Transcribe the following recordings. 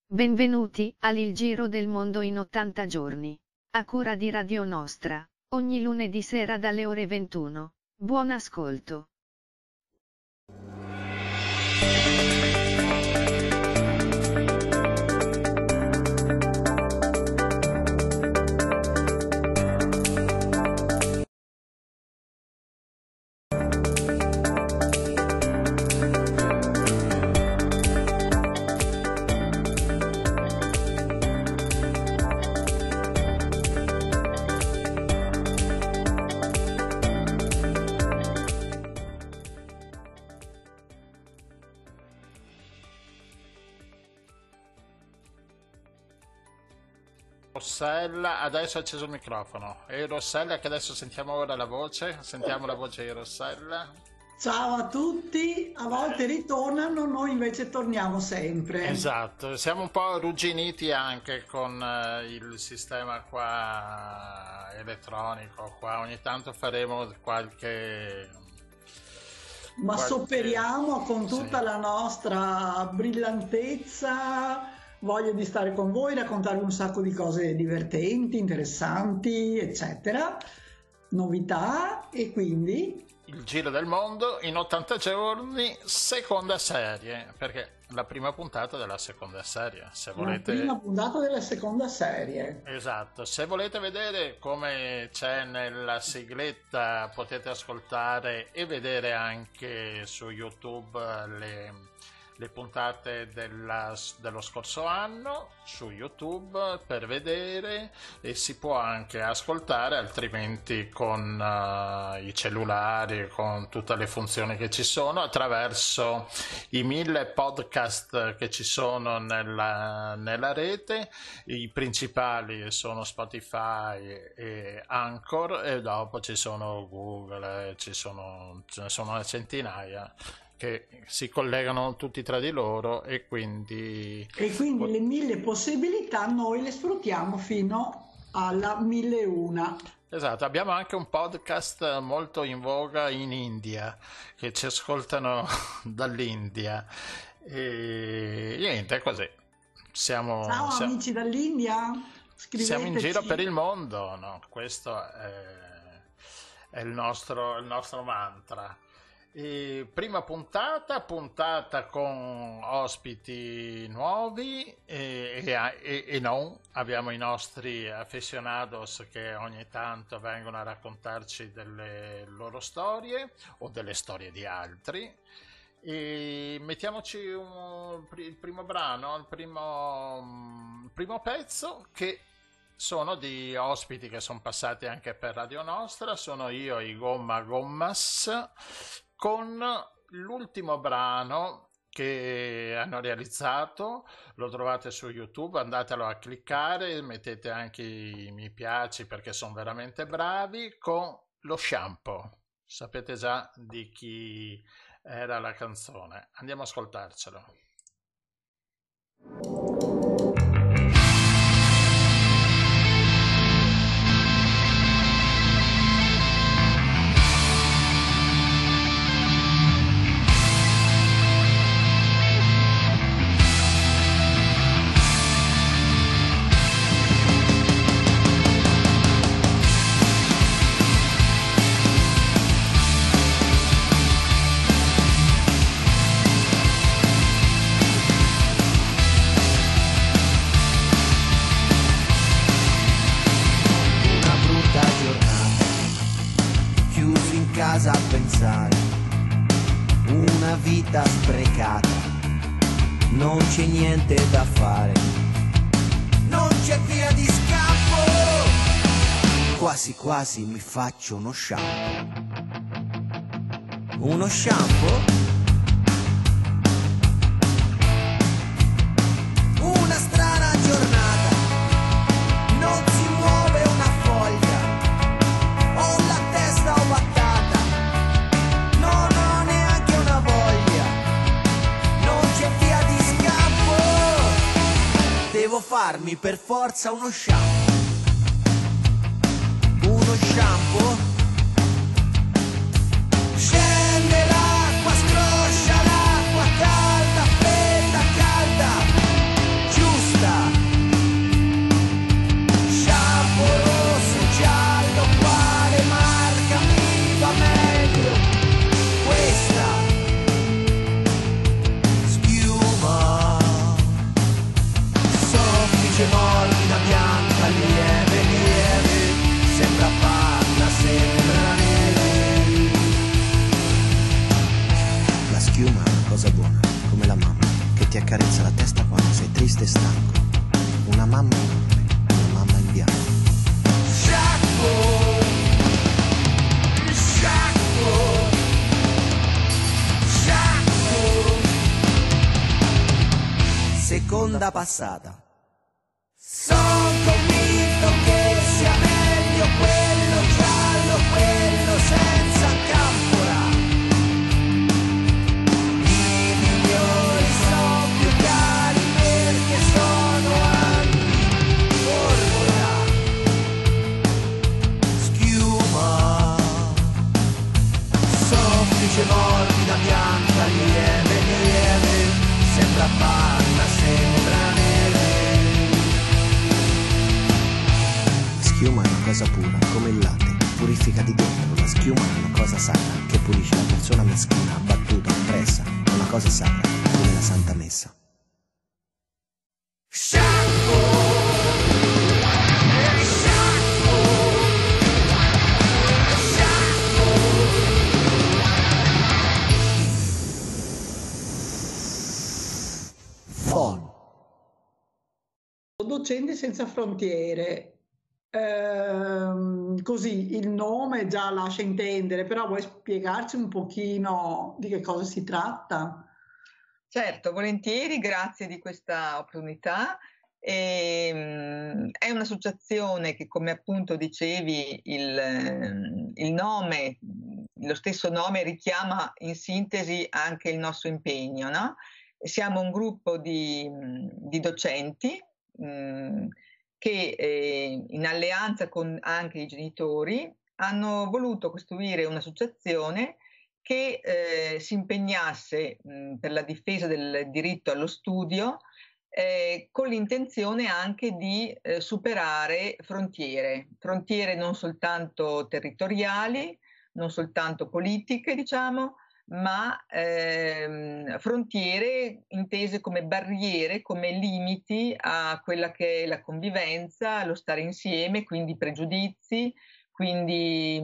Benvenuti al Il Giro del Mondo in 80 giorni. A cura di Radio Nostra, ogni lunedì sera dalle ore 21. Buon ascolto. Rossella, adesso ha acceso il microfono. E Rossella, che adesso sentiamo ora la voce. Sentiamo la voce di Rossella. Ciao a tutti, a volte ritornano, noi invece torniamo sempre. Esatto, siamo un po' arrugginiti anche con il sistema qua elettronico. Qua ogni tanto faremo Ma sopperiamo con tutta sì, la nostra brillantezza, voglia di stare con voi, raccontarvi un sacco di cose divertenti, interessanti, eccetera, novità e quindi... il Giro del Mondo in 80 giorni, seconda serie, perché la prima puntata della seconda serie, se La volete... prima puntata della seconda serie. Esatto, se volete vedere come c'è nella sigletta potete ascoltare e vedere anche su YouTube le puntate dello scorso anno su YouTube per vedere, e si può anche ascoltare altrimenti con i cellulari, con tutte le funzioni che ci sono, attraverso i 1000 podcast che ci sono nella rete. I principali sono Spotify e Anchor, e dopo ci sono Google, ce ne sono una centinaia che si collegano tutti tra di loro, e quindi Le 1000 possibilità noi le sfruttiamo fino alla 1001. esatto, abbiamo anche un podcast molto in voga in India, che ci ascoltano dall'India, e niente, così Ciao amici dall'India, siamo in giro scriveteci. per il mondo, no? Questo è il nostro mantra. E prima puntata con ospiti nuovi e non, abbiamo i nostri aficionados che ogni tanto vengono a raccontarci delle loro storie o delle storie di altri. E mettiamoci il primo brano, il primo pezzo, che sono di ospiti che sono passati anche per Radio Nostra. Sono io, i Gomma Gommas, con l'ultimo brano che hanno realizzato. Lo trovate su YouTube, andatelo a cliccare, mettete anche i mi piaci perché sono veramente bravi, con Lo Shampoo. Sapete già di chi era la canzone. Andiamo ad ascoltarcelo. Casa a pensare, una vita sprecata, non c'è niente da fare, non c'è via di scampo, quasi quasi mi faccio uno shampoo. Uno shampoo? Una strana giornata, non si muove una foglia, ho la testa ovattata. Devo farmi per forza uno shampoo. Uno shampoo? Scende l'acqua, scroscia l'acqua calda, fredda, calda, giusto cosa buona, come la mamma che ti accarezza la testa quando sei triste e stanco. Una mamma enorme, una mamma in bianco. Seconda passata. Sono convinto che sia meglio quello giallo, quello senza campola. I migliori sono più cari perché sono anni di porpora. Schiuma, soffice morbida, bianca, lieve, lieve, sembra panna, sembra neve. Schiuma è una cosa pura, come il latte, purifica di dentro. La schiuma è una cosa sacra, che pulisce la persona meschina, abbattuta, oppressa. È una cosa sacra, come la Santa Messa. Fon. Docenti Senza Frontiere. Così il nome già lascia intendere, però vuoi spiegarci un pochino di che cosa si tratta? Certo, volentieri, grazie di questa opportunità. È un'associazione che, come appunto dicevi, il nome, lo stesso nome richiama in sintesi anche il nostro impegno, no? Siamo un gruppo di docenti che in alleanza con anche i genitori hanno voluto costruire un'associazione che si impegnasse per la difesa del diritto allo studio con l'intenzione anche di superare frontiere non soltanto territoriali, non soltanto politiche, diciamo, ma frontiere intese come barriere, come limiti a quella che è la convivenza, lo stare insieme, quindi pregiudizi, quindi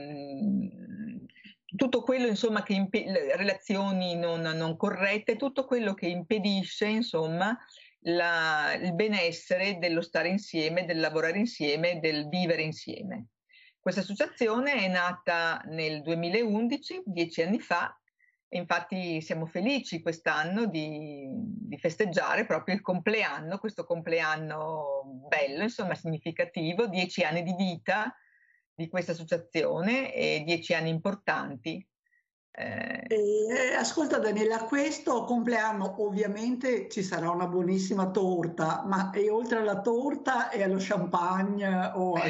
tutto quello, insomma, che relazioni non corrette, tutto quello che impedisce, insomma, il benessere dello stare insieme, del lavorare insieme, del vivere insieme. Questa associazione è nata nel 2011, 10 anni fa, e infatti siamo felici quest'anno di festeggiare proprio il compleanno, questo compleanno bello, insomma significativo, 10 anni di vita di questa associazione e 10 anni importanti. Ascolta Daniela, a questo compleanno ovviamente ci sarà una buonissima torta, ma e oltre alla torta e allo champagne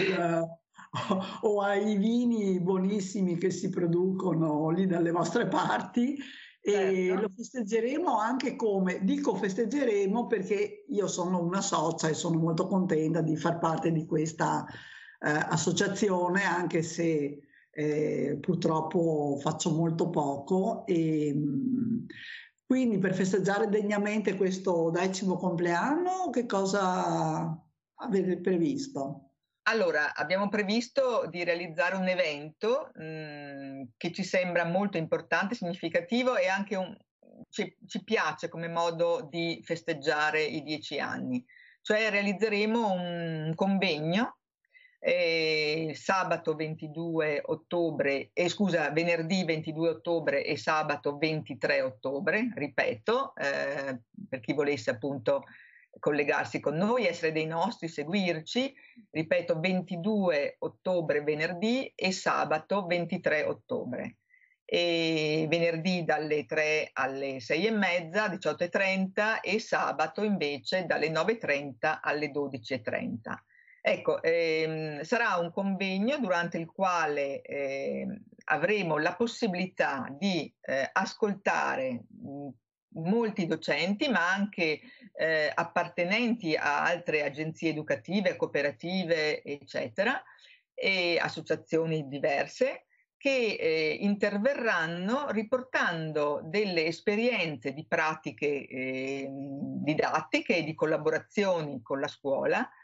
o ai vini buonissimi che si producono lì dalle vostre parti, e Certo. lo festeggeremo anche come, dico festeggeremo perché io sono una socia e sono molto contenta di far parte di questa associazione, anche se purtroppo faccio molto poco. Quindi per festeggiare degnamente questo 10° compleanno, che cosa avete previsto? Allora, abbiamo previsto di realizzare un evento che ci sembra molto importante, significativo e anche ci piace come modo di festeggiare i 10 anni. Cioè realizzeremo un convegno sabato 22 ottobre, venerdì 22 ottobre e sabato 23 ottobre, ripeto, per chi volesse appunto collegarsi con noi, essere dei nostri, seguirci, ripeto, 22 ottobre venerdì e sabato 23 ottobre. E venerdì dalle 3 alle 6:30, 18:30 e sabato invece dalle 9:30 alle 12:30. Ecco, sarà un convegno durante il quale avremo la possibilità di ascoltare molti docenti, ma anche appartenenti a altre agenzie educative, cooperative, eccetera, e associazioni diverse, che interverranno riportando delle esperienze di pratiche didattiche e di collaborazioni con la scuola,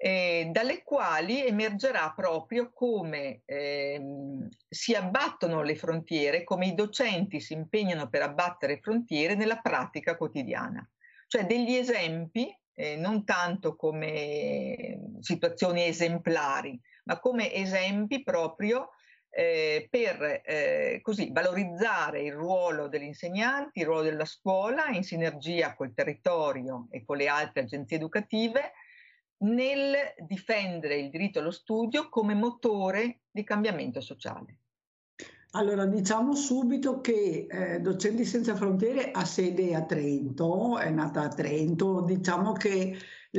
dalle quali emergerà proprio come si abbattono le frontiere, come i docenti si impegnano per abbattere frontiere nella pratica quotidiana. Cioè degli esempi, non tanto come situazioni esemplari, ma come esempi proprio per così valorizzare il ruolo degli insegnanti, il ruolo della scuola in sinergia col territorio e con le altre agenzie educative nel difendere il diritto allo studio come motore di cambiamento sociale. Allora, diciamo subito che Docenti Senza Frontiere ha sede a Trento, è nata a Trento. Diciamo che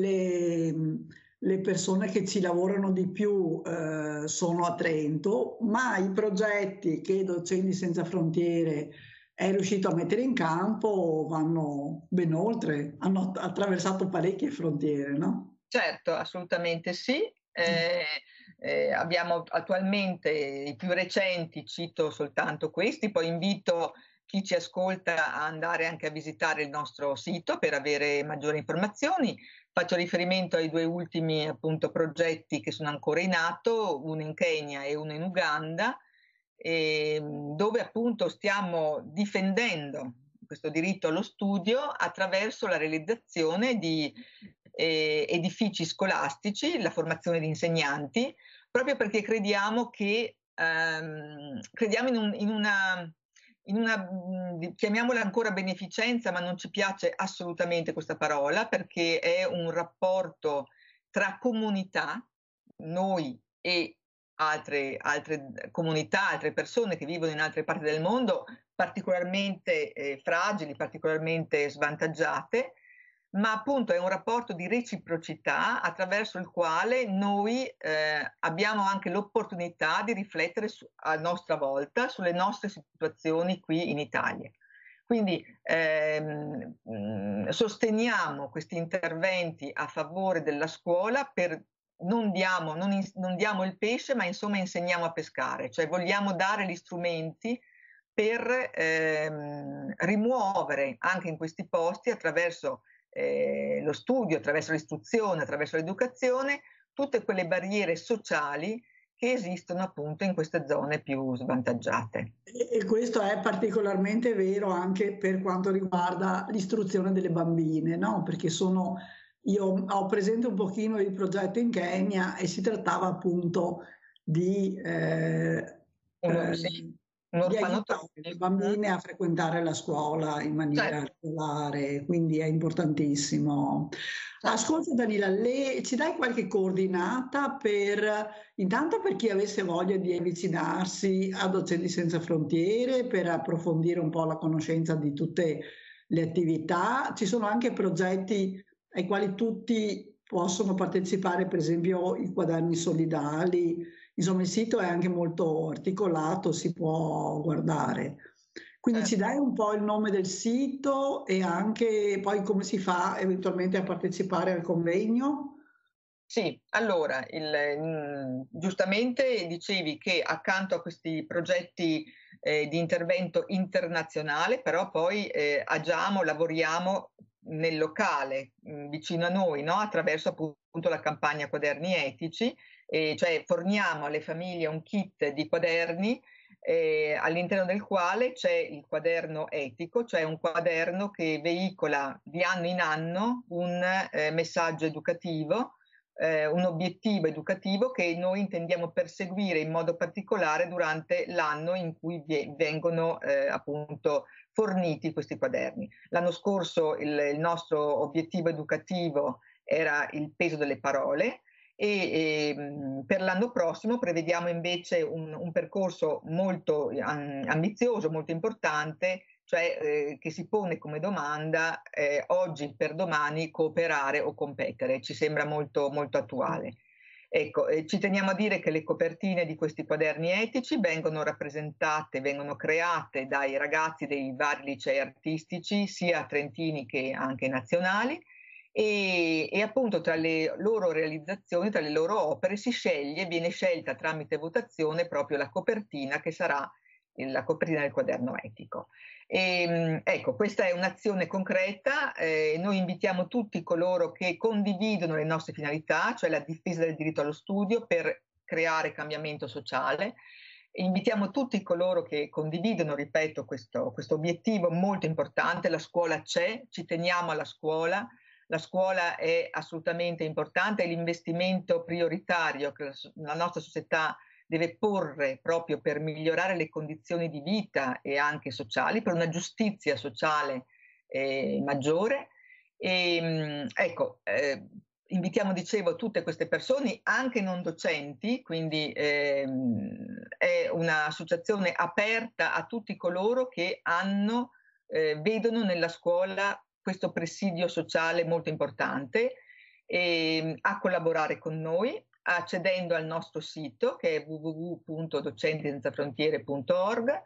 le persone che ci lavorano di più sono a Trento, ma i progetti che Docenti Senza Frontiere è riuscito a mettere in campo vanno ben oltre, hanno attraversato parecchie frontiere, no? Certo, assolutamente sì. Abbiamo attualmente i più recenti, cito soltanto questi, poi invito chi ci ascolta a andare anche a visitare il nostro sito per avere maggiori informazioni. Faccio riferimento ai 2 ultimi appunto progetti che sono ancora in atto, uno in Kenya e uno in Uganda, dove appunto stiamo difendendo questo diritto allo studio attraverso la realizzazione di edifici scolastici, la formazione di insegnanti, proprio perché crediamo che crediamo in una chiamiamola ancora beneficenza, ma non ci piace assolutamente questa parola, perché è un rapporto tra comunità, noi e altre comunità, altre persone che vivono in altre parti del mondo, particolarmente fragili, particolarmente svantaggiate, ma appunto è un rapporto di reciprocità attraverso il quale noi abbiamo anche l'opportunità di riflettere a nostra volta sulle nostre situazioni qui in Italia. Quindi sosteniamo questi interventi a favore della scuola non diamo il pesce, ma insomma insegniamo a pescare, cioè vogliamo dare gli strumenti per rimuovere anche in questi posti attraverso lo studio, attraverso l'istruzione, attraverso l'educazione, tutte quelle barriere sociali che esistono appunto in queste zone più svantaggiate. E questo è particolarmente vero anche per quanto riguarda l'istruzione delle bambine, no? Perché io ho presente un pochino il progetto in Kenya e si trattava appunto di aiutare le bambine a frequentare la scuola in maniera regolare, quindi è importantissimo. Ascolta Danila, ci dai qualche coordinata intanto per chi avesse voglia di avvicinarsi a Docenti Senza Frontiere, per approfondire un po' la conoscenza di tutte le attività? Ci sono anche progetti ai quali tutti possono partecipare, per esempio i quaderni solidali. Insomma, il sito è anche molto articolato, si può guardare. Quindi ci dai un po' il nome del sito e anche poi come si fa eventualmente a partecipare al convegno? Sì, allora, giustamente dicevi che accanto a questi progetti di intervento internazionale, però poi lavoriamo nel locale, vicino a noi, no? Attraverso appunto la campagna Quaderni Etici, cioè forniamo alle famiglie un kit di quaderni all'interno del quale c'è il quaderno etico, cioè un quaderno che veicola di anno in anno un messaggio educativo, un obiettivo educativo che noi intendiamo perseguire in modo particolare durante l'anno in cui vengono appunto forniti questi quaderni. L'anno scorso il nostro obiettivo educativo era il peso delle parole e per l'anno prossimo prevediamo invece un percorso molto ambizioso, molto importante, cioè che si pone come domanda oggi per domani cooperare o competere. Ci sembra molto, molto attuale. Ecco, ci teniamo a dire che le copertine di questi quaderni etici vengono create dai ragazzi dei vari licei artistici, sia trentini che anche nazionali, e appunto tra le loro realizzazioni, tra le loro opere viene scelta tramite votazione proprio la copertina che sarà la copertina del quaderno etico. Ecco, questa è un'azione concreta. Noi invitiamo tutti coloro che condividono le nostre finalità, cioè la difesa del diritto allo studio per creare cambiamento sociale. Invitiamo tutti coloro che condividono, ripeto, questo obiettivo molto importante. La scuola c'è, ci teniamo alla scuola. La scuola è assolutamente importante, è l'investimento prioritario che la nostra società deve porre proprio per migliorare le condizioni di vita e anche sociali, per una giustizia sociale maggiore. Ecco, invitiamo, dicevo, tutte queste persone, anche non docenti, quindi è un'associazione aperta a tutti coloro che vedono nella scuola questo presidio sociale molto importante, a collaborare con noi accedendo al nostro sito che è www.docentesenzafrontiere.org.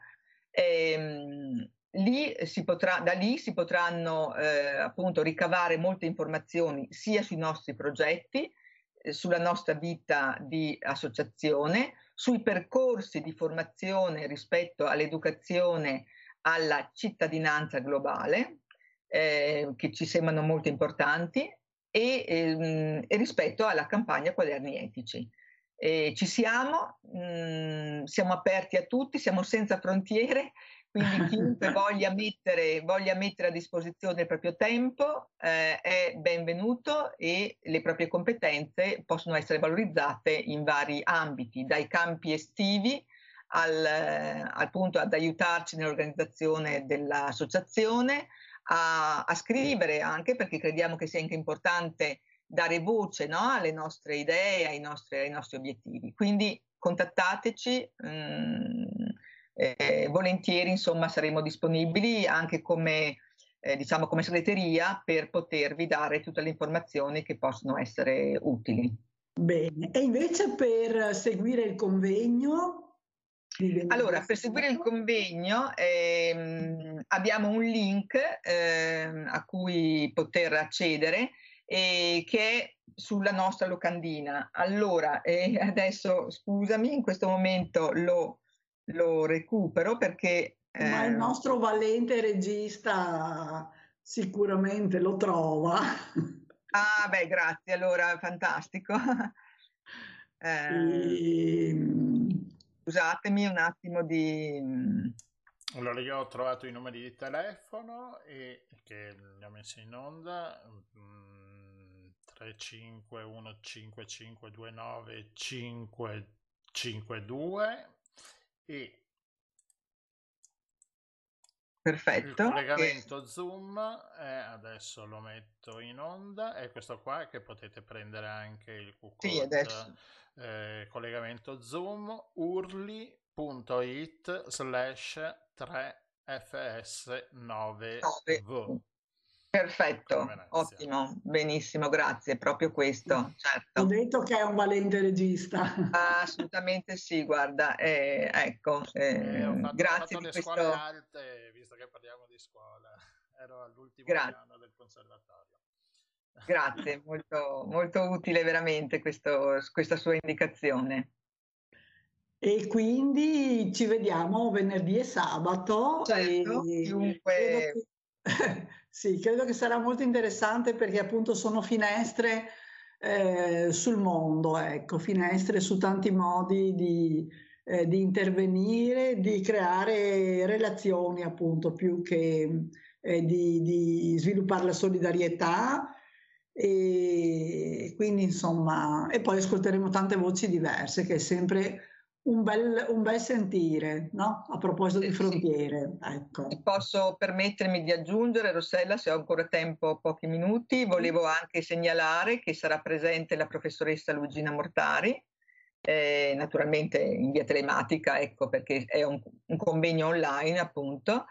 Da lì si potranno appunto ricavare molte informazioni sia sui nostri progetti, sulla nostra vita di associazione, sui percorsi di formazione rispetto all'educazione alla cittadinanza globale, che ci sembrano molto importanti, e rispetto alla campagna Quaderni Etici. Ci siamo aperti a tutti, siamo senza frontiere, quindi chiunque voglia mettere a disposizione il proprio tempo è benvenuto, e le proprie competenze possono essere valorizzate in vari ambiti, dai campi estivi al punto ad aiutarci nell'organizzazione dell'associazione, a scrivere anche, perché crediamo che sia anche importante dare voce, no, alle nostre idee, ai nostri obiettivi. Quindi contattateci, volentieri, insomma, saremo disponibili anche come segreteria per potervi dare tutte le informazioni che possono essere utili. Bene, e invece per seguire il convegno? Allora, per seguire il convegno abbiamo un link a cui poter accedere, che è sulla nostra locandina. Allora, adesso scusami, in questo momento lo recupero perché... Ma il nostro valente regista sicuramente lo trova. Ah, beh, grazie, allora, fantastico. Scusatemi un attimo di... Allora, io ho trovato i numeri di telefono che li ho messi in onda, 35155295552, e perfetto. Il collegamento Zoom adesso lo metto in onda, è questo qua, che potete prendere anche il QR code. Sì, adesso. Collegamento Zoom urli.it/3fs9v. Perfetto, ottimo, benissimo, grazie, proprio questo, certo. Ho detto che è un valente regista. Assolutamente sì, guarda, ecco, grazie ho fatto di le questo... scuole alte, visto che parliamo di scuola, ero all'ultimo piano del conservatorio. Grazie, molto, molto utile veramente questa sua indicazione. E quindi ci vediamo venerdì e sabato. Certo, chiunque... Sì, credo che sarà molto interessante, perché appunto sono finestre sul mondo, ecco, finestre su tanti modi di intervenire, di creare relazioni, appunto, più che di sviluppare la solidarietà. E quindi, insomma, e poi ascolteremo tante voci diverse, che è sempre un bel sentire, no? A proposito di frontiere, ecco. Posso permettermi di aggiungere, Rossella, se ho ancora tempo, pochi minuti, volevo anche segnalare che sarà presente la professoressa Luigina Mortari, naturalmente in via telematica, ecco, perché è un convegno online, appunto.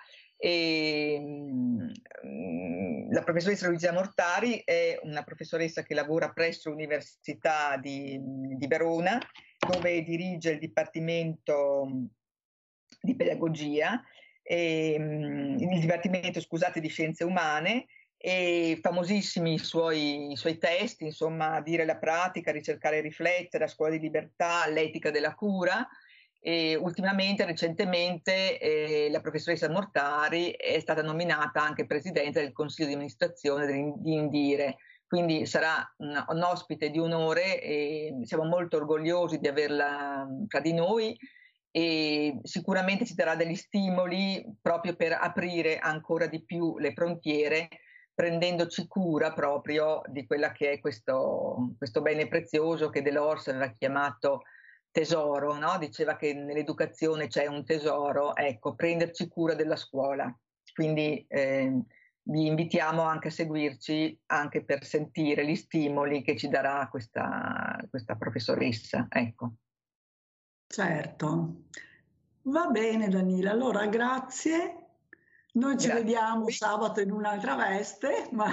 La professoressa Luigina Mortari è una professoressa che lavora presso l'Università di Verona, dove dirige il Dipartimento di Pedagogia, il Dipartimento, scusate, di Scienze Umane, e famosissimi i suoi testi, insomma, Dire la pratica, Ricercare e riflettere, La scuola di libertà, L'etica della cura. E ultimamente, recentemente, la professoressa Mortari è stata nominata anche presidente del consiglio di amministrazione di Indire, quindi sarà un ospite di onore e siamo molto orgogliosi di averla tra di noi, e sicuramente ci darà degli stimoli proprio per aprire ancora di più le frontiere, prendendoci cura proprio di quella che è questo bene prezioso che Delors aveva chiamato tesoro, no? Diceva che nell'educazione c'è un tesoro, ecco, prenderci cura della scuola. Quindi vi invitiamo anche a seguirci, anche per sentire gli stimoli che ci darà questa professoressa, ecco. Certo. Va bene Danila, allora grazie. Noi ci vediamo sabato in un'altra veste, ma...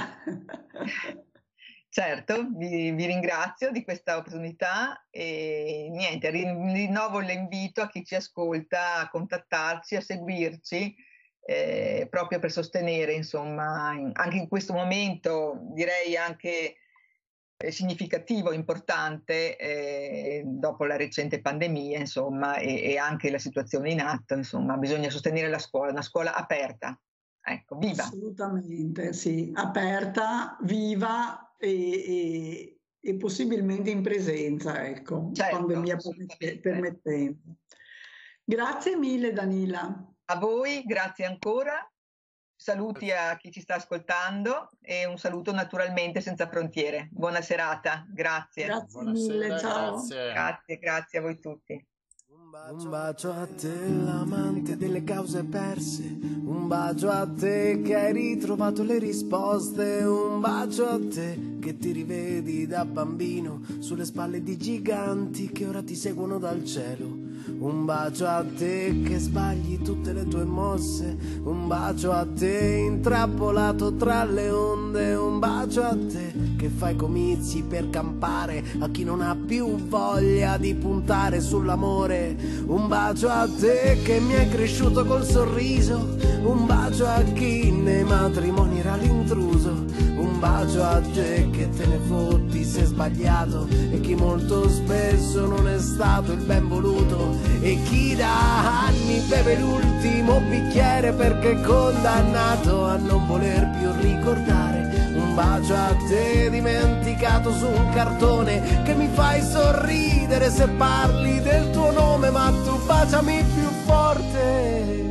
Certo, vi ringrazio di questa opportunità e niente, rinnovo l'invito a chi ci ascolta a contattarci, a seguirci, proprio per sostenere, insomma, anche in questo momento, direi anche significativo, importante, dopo la recente pandemia, insomma, e anche la situazione in atto, insomma, bisogna sostenere la scuola, una scuola aperta, ecco, viva. Assolutamente, sì, aperta, viva e possibilmente in presenza, ecco, certo, pandemia permettendo. Grazie mille Danila. A voi, grazie ancora. Saluti a chi ci sta ascoltando e un saluto naturalmente senza frontiere. Buona serata, grazie. Grazie mille, ciao. Grazie a voi tutti. Un bacio a te, l'amante delle cause perse, un bacio a te che hai ritrovato le risposte, un bacio a te che ti rivedi da bambino sulle spalle di giganti che ora ti seguono dal cielo. Un bacio a te che sbagli tutte le tue mosse, un bacio a te intrappolato tra le onde, un bacio a te che fai comizi per campare a chi non ha più voglia di puntare sull'amore. Un bacio a te che mi hai cresciuto col sorriso, un bacio a chi nei matrimoni era l'intruso, un bacio a te che te ne fotti se sbagliato e chi molto spesso non è stato il ben voluto, e chi da anni beve l'ultimo bicchiere perché è condannato a non voler più ricordare. Un bacio a te dimenticato su un cartone che mi fai sorridere se parli del tuo nome, ma tu baciami più forte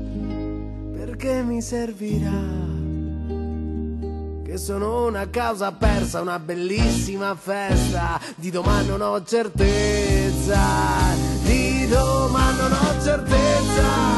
perché mi servirà. Che sono una causa persa, una bellissima festa. Di domani non ho certezza, di domani non ho certezza.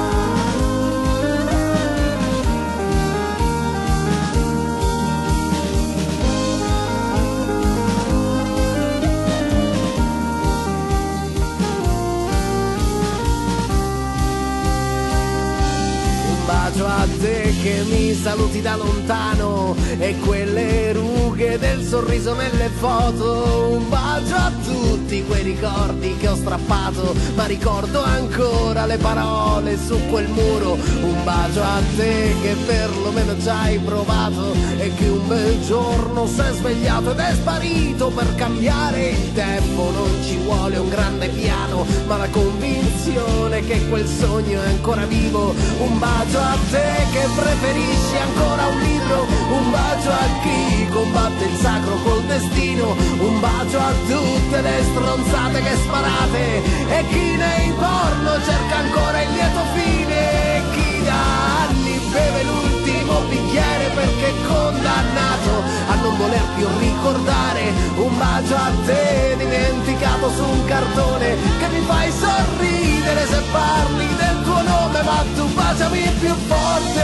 A te che mi saluti da lontano e quelle rughe del sorriso nelle foto, un bacio a tutti quei ricordi che ho strappato, ma ricordo ancora le parole su quel muro. Un bacio a te che perlomeno ci hai provato e che un bel giorno si è svegliato ed è sparito. Per cambiare il tempo non ci vuole un grande piano, ma la convinzione che quel sogno è ancora vivo. Un bacio a te che preferisci ancora un libro, un bacio a chi combatte il sacro col destino, un bacio a tutte le stronzate che sparate e chi nei porno cerca ancora il lieto fine, e chi da anni beve l'ultimo bicchiere perché è condannato a non voler più ricordare. Un bacio a te dimenticato su un cartone che mi fai sorridere se parli del tuo nome, ma tu baciami più forte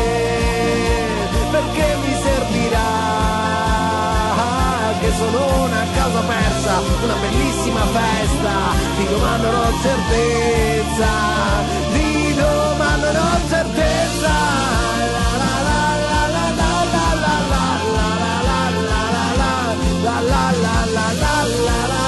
perché mi servirà. Che sono una causa persa, una bellissima festa. Di domani non ho certezza, di domani non ho certezza. La la la la la la la la la la la la la la la.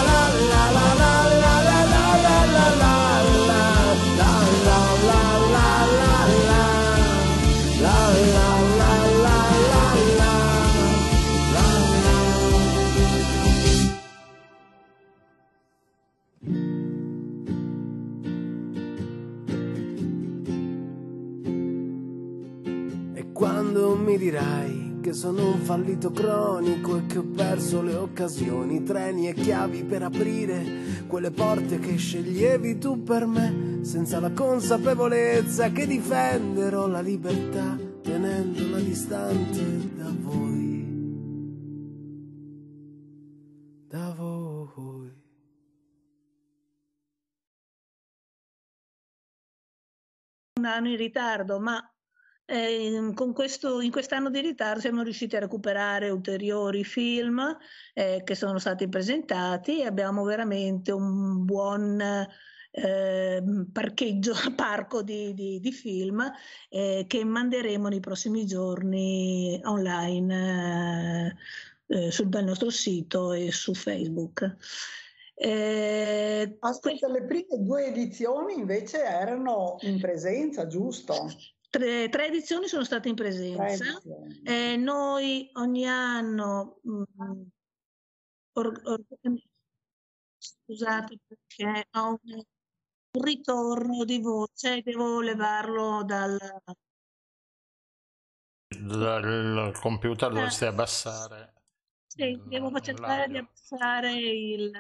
non mi dirai che sono un fallito cronico e che ho perso le occasioni, treni e chiavi per aprire quelle porte che sceglievi tu per me, senza la consapevolezza che difenderò la libertà tenendola distante da voi, da voi. Un anno in ritardo, ma in quest'anno di ritardo siamo riusciti a recuperare ulteriori film che sono stati presentati e abbiamo veramente un buon parco di film che manderemo nei prossimi giorni online dal nostro sito e su Facebook. Aspetta, le prime 2 edizioni invece erano in presenza, giusto? 3 edizioni sono state in presenza. Noi ogni anno scusate perché ho un ritorno di voce, devo levarlo dal computer, dovresti abbassare. Sì, devo cercare di abbassare il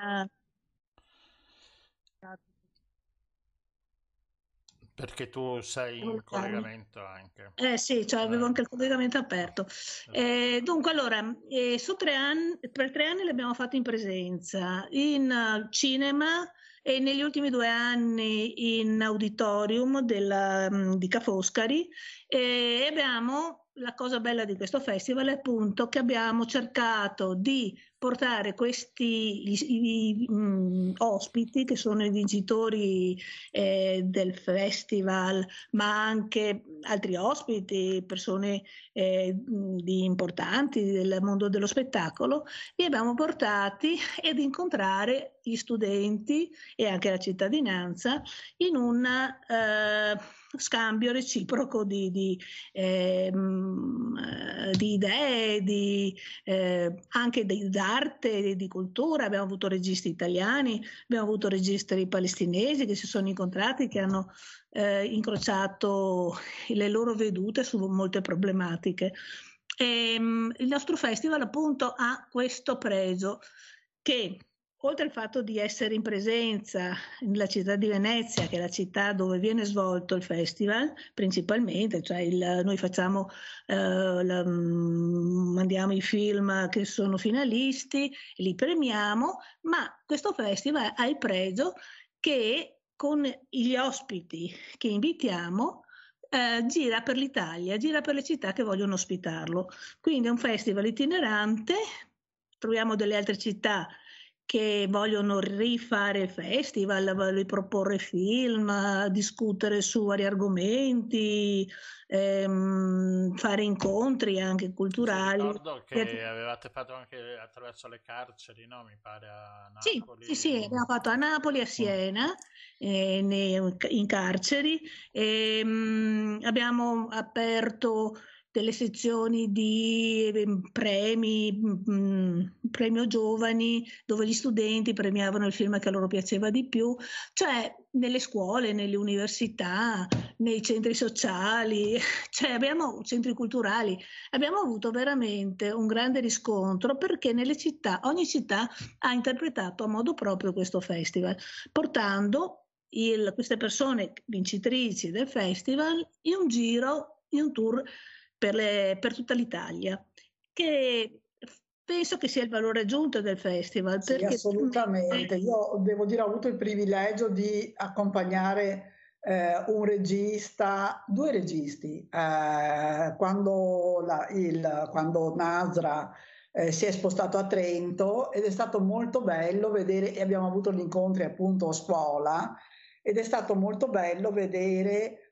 perché tu sei in collegamento anche. Sì, cioè avevo anche il collegamento aperto. Dunque, allora, su 3 anni, per 3 anni l'abbiamo fatto in presenza, in cinema e negli ultimi 2 anni in auditorium di Ca' Foscari. E la cosa bella di questo festival è appunto che abbiamo cercato di portare questi ospiti che sono i vincitori del festival, ma anche altri ospiti, persone importanti del mondo dello spettacolo, li abbiamo portati ed incontrare gli studenti e anche la cittadinanza in un scambio reciproco di idee, anche d'arte, di cultura. Abbiamo avuto registi italiani, abbiamo avuto registi palestinesi che si sono incontrati, che hanno incrociato le loro vedute su molte problematiche. Il nostro festival appunto ha questo pregio che, oltre al fatto di essere in presenza nella città di Venezia, che è la città dove viene svolto il festival principalmente, cioè noi facciamo, mandiamo i film che sono finalisti, li premiamo, ma questo festival ha il pregio che con gli ospiti che invitiamo gira per l'Italia, gira per le città che vogliono ospitarlo. Quindi è un festival itinerante, troviamo delle altre città che vogliono rifare il festival, vogliono proporre film, discutere su vari argomenti, fare incontri anche culturali. Ricordo che avevate fatto anche attraverso le carceri, no? Mi pare a Napoli. Sì, abbiamo fatto a Napoli, a Siena, in carceri. Abbiamo aperto delle sezioni di premio giovani, dove gli studenti premiavano il film che a loro piaceva di più, cioè nelle scuole, nelle università, nei centri sociali, cioè centri culturali. Abbiamo avuto veramente un grande riscontro perché nelle città, ogni città ha interpretato a modo proprio questo festival, portando queste persone vincitrici del festival in un giro, in un tour per tutta l'Italia, che penso che sia il valore aggiunto del festival. Sì, perché assolutamente. Io devo dire, ho avuto il privilegio di accompagnare un regista, 2 registi, quando Nasra si è spostato a Trento, ed è stato molto bello vedere, e abbiamo avuto gli incontri appunto a scuola, ed è stato molto bello vedere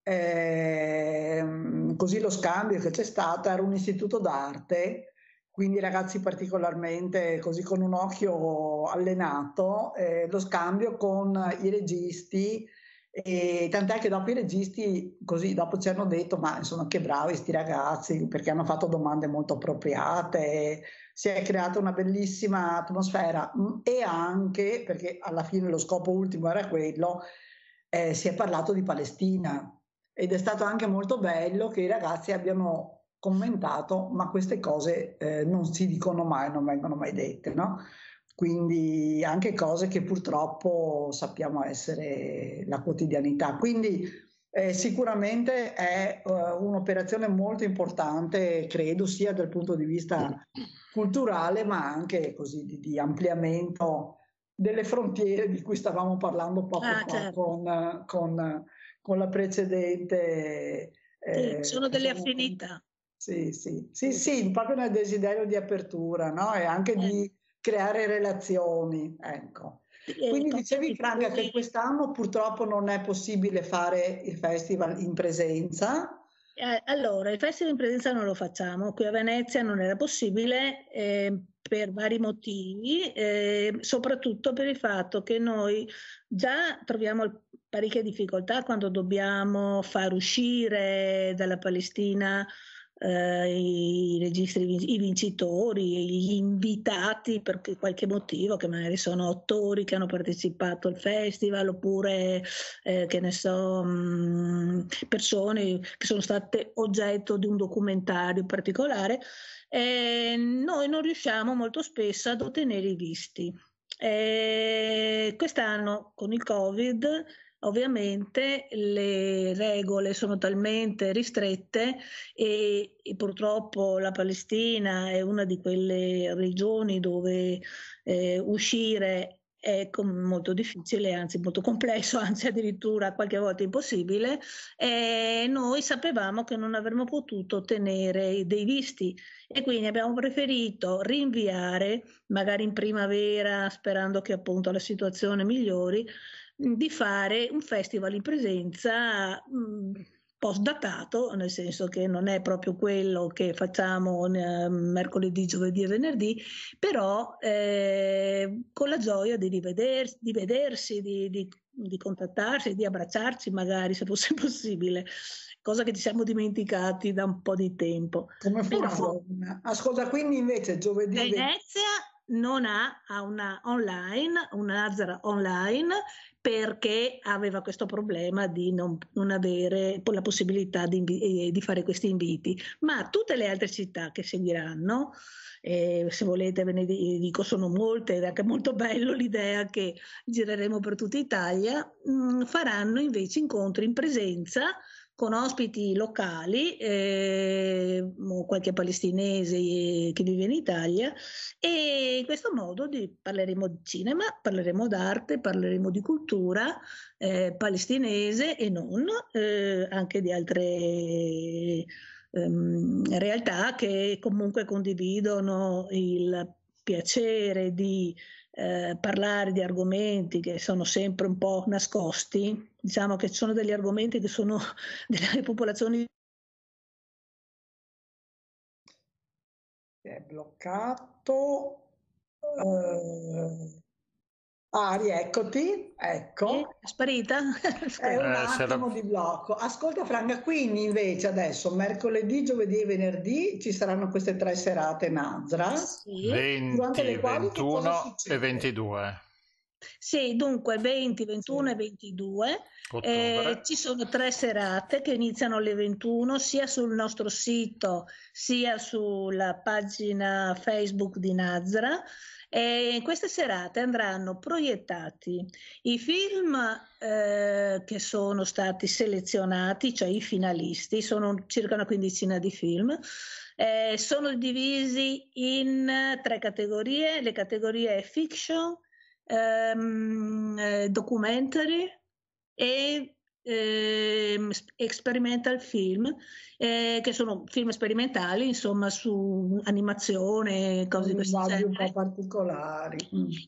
così lo scambio che c'è stato. Era un istituto d'arte, quindi ragazzi particolarmente così con un occhio allenato, lo scambio con i registi, e tant'è che dopo i registi così dopo ci hanno detto ma insomma che bravi sti ragazzi, perché hanno fatto domande molto appropriate, si è creata una bellissima atmosfera, e anche perché alla fine lo scopo ultimo era quello, si è parlato di Palestina, ed è stato anche molto bello che i ragazzi abbiano commentato, ma queste cose non si dicono mai, non vengono mai dette, no? Quindi anche cose che purtroppo sappiamo essere la quotidianità. Quindi sicuramente è un'operazione molto importante, credo, sia dal punto di vista culturale, ma anche così di ampliamento delle frontiere di cui stavamo parlando poco fa certo. con la precedente. Sono delle affinità. Sì, proprio nel desiderio di apertura, no? E anche di creare relazioni, ecco. Quindi dicevi, Franca, che quest'anno purtroppo non è possibile fare il festival in presenza. Allora, il festival in presenza non lo facciamo, qui a Venezia non era possibile per vari motivi, soprattutto per il fatto che noi già troviamo parecchie difficoltà quando dobbiamo far uscire dalla Palestina i registri, i vincitori, gli invitati per qualche motivo, che magari sono autori che hanno partecipato al festival, oppure che ne so, persone che sono state oggetto di un documentario particolare. Noi non riusciamo molto spesso ad ottenere i visti. Quest'anno con il Covid ovviamente le regole sono talmente ristrette e purtroppo la Palestina è una di quelle regioni dove uscire è molto difficile, anzi molto complesso, anzi addirittura qualche volta impossibile. Noi sapevamo che non avremmo potuto ottenere dei visti e quindi abbiamo preferito rinviare, magari in primavera, sperando che appunto la situazione migliori, di fare un festival in presenza post-datato, nel senso che non è proprio quello che facciamo mercoledì, giovedì e venerdì, però con la gioia di vedersi, di contattarsi, di abbracciarci magari se fosse possibile, cosa che ci siamo dimenticati da un po' di tempo. Come funziona? Ascolta, quindi invece giovedì... Venezia non ha una online, una Nazara online, perché aveva questo problema di non avere la possibilità di fare questi inviti, ma tutte le altre città che seguiranno, se volete ve ne dico, sono molte ed è anche molto bello l'idea che gireremo per tutta Italia, faranno invece incontri in presenza con ospiti locali, qualche palestinese che vive in Italia, e in questo modo parleremo di cinema, parleremo d'arte, parleremo di cultura palestinese e non, anche di altre realtà che comunque condividono il piacere di parlare di argomenti che sono sempre un po' nascosti. Diciamo che ci sono degli argomenti che sono delle popolazioni. È bloccato. Rieccoti, ecco. È sparita? È un attimo di blocco. Ascolta Franca, quindi invece adesso mercoledì, giovedì e venerdì ci saranno queste 3 serate Nazra, sì. 20, 21 e 22. Sì, dunque 20, 21 e 22. Ci sono 3 serate che iniziano alle 21 sia sul nostro sito sia sulla pagina Facebook di Nazra. In queste serate andranno proiettati i film che sono stati selezionati, cioè i finalisti, sono circa una quindicina di film. Sono divisi in 3 categorie. Le categorie fiction, documentary e experimental film, che sono film sperimentali, insomma, su animazione, cose di questo genere, un po' particolari.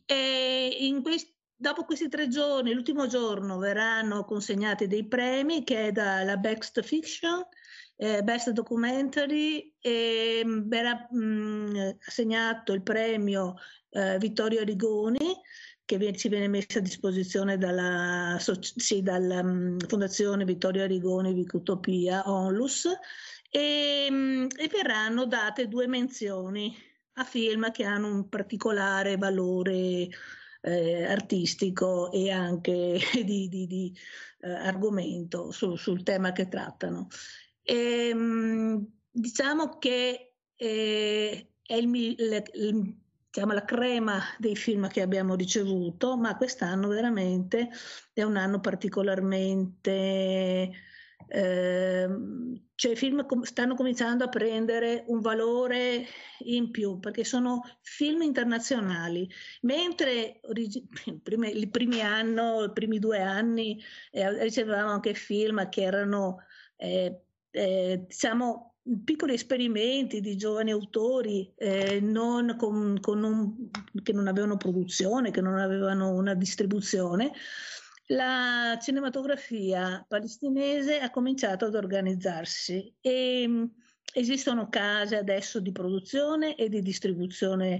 Dopo questi 3 giorni, l'ultimo giorno, verranno consegnati dei premi, che è dalla Best Fiction, Best Documentary, e verrà assegnato il premio Vittorio Arrigoni, che ci viene messa a disposizione dalla Fondazione Vittorio Arrigoni Vicutopia Onlus, e verranno date 2 menzioni a film che hanno un particolare valore artistico e anche di argomento sul tema che trattano. diciamo che è diciamo, la crema dei film che abbiamo ricevuto, ma quest'anno veramente è un anno particolarmente... cioè i film stanno cominciando a prendere un valore in più perché sono film internazionali, mentre i primi 2 anni ricevevamo anche film che erano diciamo piccoli esperimenti di giovani autori che non avevano produzione, che non avevano una distribuzione. La cinematografia palestinese ha cominciato ad organizzarsi e esistono case adesso di produzione e di distribuzione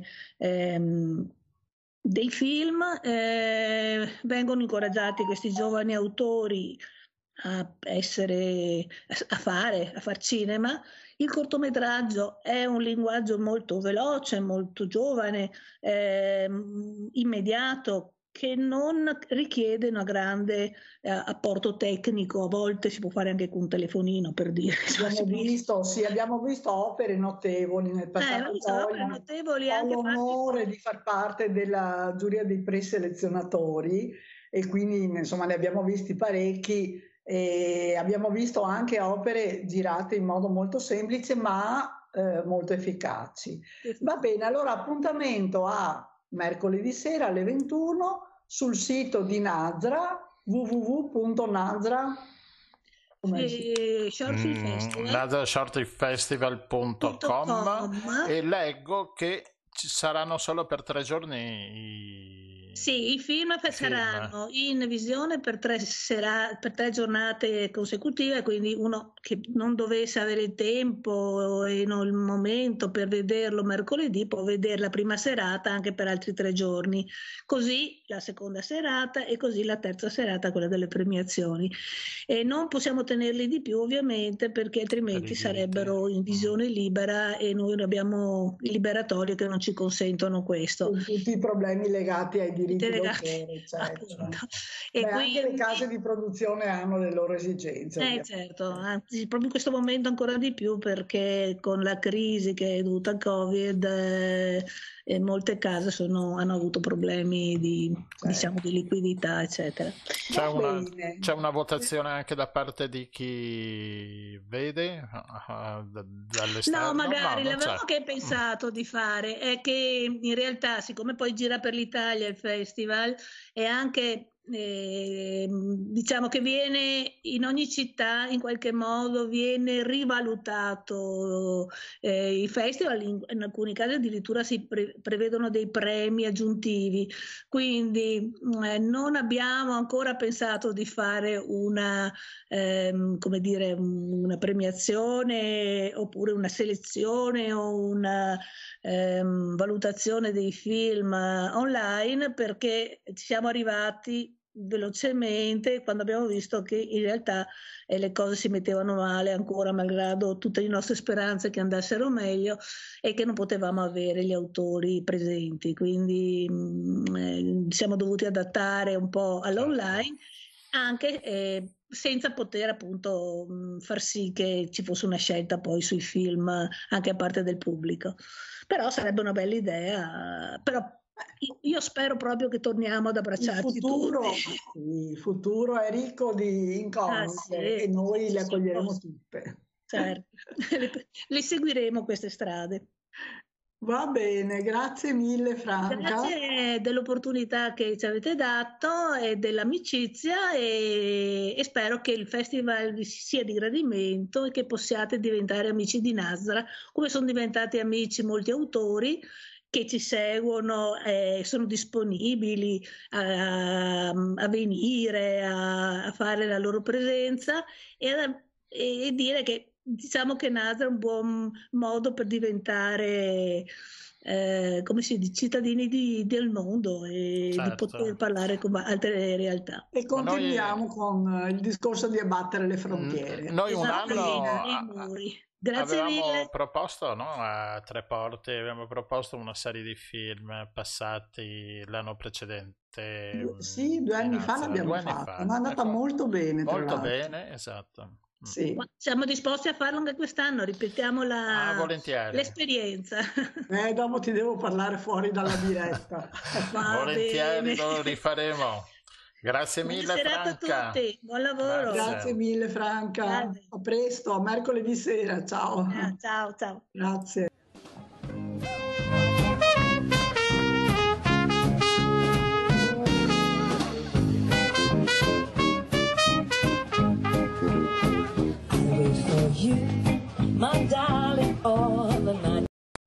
dei film, vengono incoraggiati questi giovani autori a far cinema. Il cortometraggio è un linguaggio molto veloce, molto giovane, immediato, che non richiede una grande apporto tecnico. A volte si può fare anche con un telefonino, per dire. Abbiamo visto opere notevoli nel passato. Ho l'onore di far parte della giuria dei preselezionatori e quindi insomma ne abbiamo visti parecchi. E abbiamo visto anche opere girate in modo molto semplice ma molto efficaci. Va bene, allora appuntamento a mercoledì sera alle 21 sul sito di Nazra, www.nazra shortfilmfestival.com, e leggo che ci saranno solo per 3 giorni sì, i film saranno in visione per 3 giornate consecutive, quindi uno che non dovesse avere il tempo e non il momento per vederlo mercoledì può vedere la prima serata anche per altri 3 giorni, così la seconda serata e così la terza serata, quella delle premiazioni. E non possiamo tenerli di più ovviamente perché altrimenti sarebbero in visione libera e noi abbiamo il liberatorio che non ci consentono questo. Con tutti i problemi legati ai diritti d'autore, eccetera. E quindi, anche le case di produzione hanno le loro esigenze. Certo, anzi, proprio in questo momento ancora di più perché con la crisi che è dovuta al Covid molte case hanno avuto problemi diciamo, di liquidità, eccetera. C'è una votazione anche da parte di chi vede dall'esterno? No, magari l'avevamo anche pensato di fare, è che in realtà siccome poi gira per l'Italia il festival è anche diciamo che viene in ogni città in qualche modo viene rivalutato il festival, in alcuni casi addirittura si prevedono dei premi aggiuntivi, quindi non abbiamo ancora pensato di fare una come dire una premiazione oppure una selezione o una valutazione dei film online perché ci siamo arrivati velocemente quando abbiamo visto che in realtà le cose si mettevano male ancora malgrado tutte le nostre speranze che andassero meglio e che non potevamo avere gli autori presenti, quindi siamo dovuti adattare un po' all'online anche senza poter appunto far sì che ci fosse una scelta poi sui film anche a parte del pubblico, però sarebbe una bella idea, però io spero proprio che torniamo ad abbracciarci tutti. Il futuro è ricco di incognite e noi le accoglieremo tutte. Certo, le seguiremo queste strade. Va bene, grazie mille Franca. Grazie dell'opportunità che ci avete dato e dell'amicizia e spero che il festival vi sia di gradimento e che possiate diventare amici di Nazra, come sono diventati amici molti autori che ci seguono, sono disponibili a venire, a fare la loro presenza e dire che diciamo che Nazra è un buon modo per diventare come si dice, cittadini del mondo e di poter parlare con altre realtà. E continuiamo con il discorso di abbattere le frontiere. Noi un anno i muri. Grazie avevamo mille. proposto a Tre Porte, abbiamo proposto una serie di film passati l'anno precedente. Sì, 2 anni fa l'abbiamo fatta, ma è andata molto bene. Molto bene, esatto. Sì. Siamo disposti a farlo anche quest'anno, ripetiamo volentieri. l'esperienza. Dopo ti devo parlare fuori dalla diretta. Volentieri bene. lo rifaremo. Grazie Buona mille, serata Franca. a tutti, buon lavoro. Grazie mille Franca, Grazie. a presto, a mercoledì sera, ciao. Ciao, ciao. Grazie. My darling, all the night.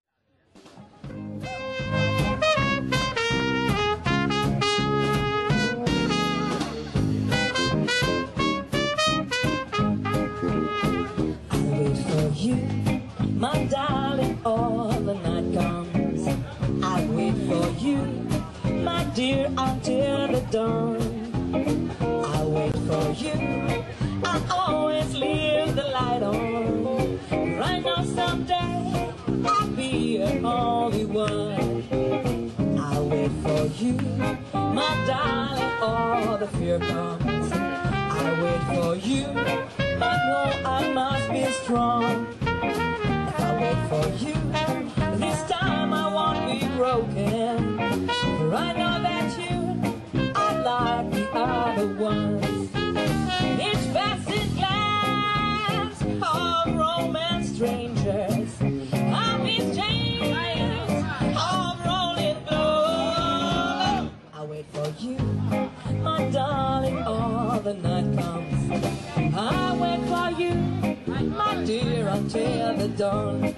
I wait for you, my darling, all the night comes. I wait for you, my dear, until the dawn. I wait for you, I always leave the light on. Right now, someday, I'll be your only one. I'll wait for you, my darling, all the fear comes. I'll wait for you, I know I must be strong. If I wait for you, this time I won't be broken. For I know that you are like the other ones. Each passing glance of romance strangers, of exchanges of rolling blows. I wait for you, my darling, all the night comes. I wait for you, my dear, until the dawn.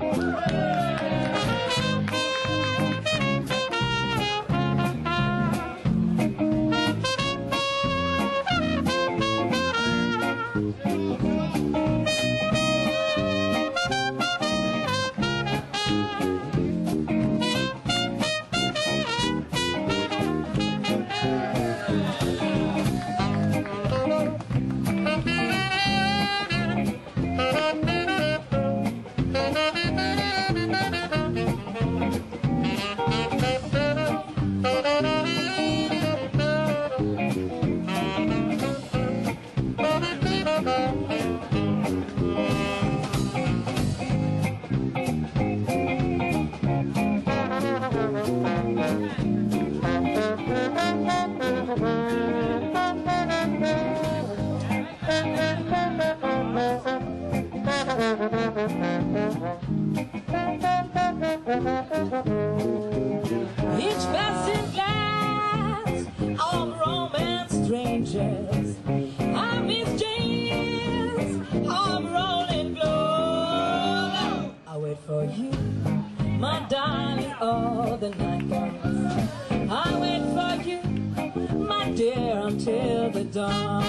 Each passing glance of romance strangers, I miss James of rolling blow. I wait for you, my darling, all the night comes. I wait for you, my dear, until the dawn.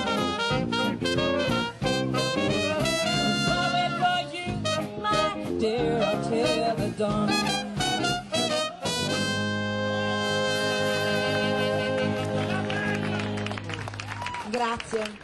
I wait for you, my dear, until the dawn. Grazie.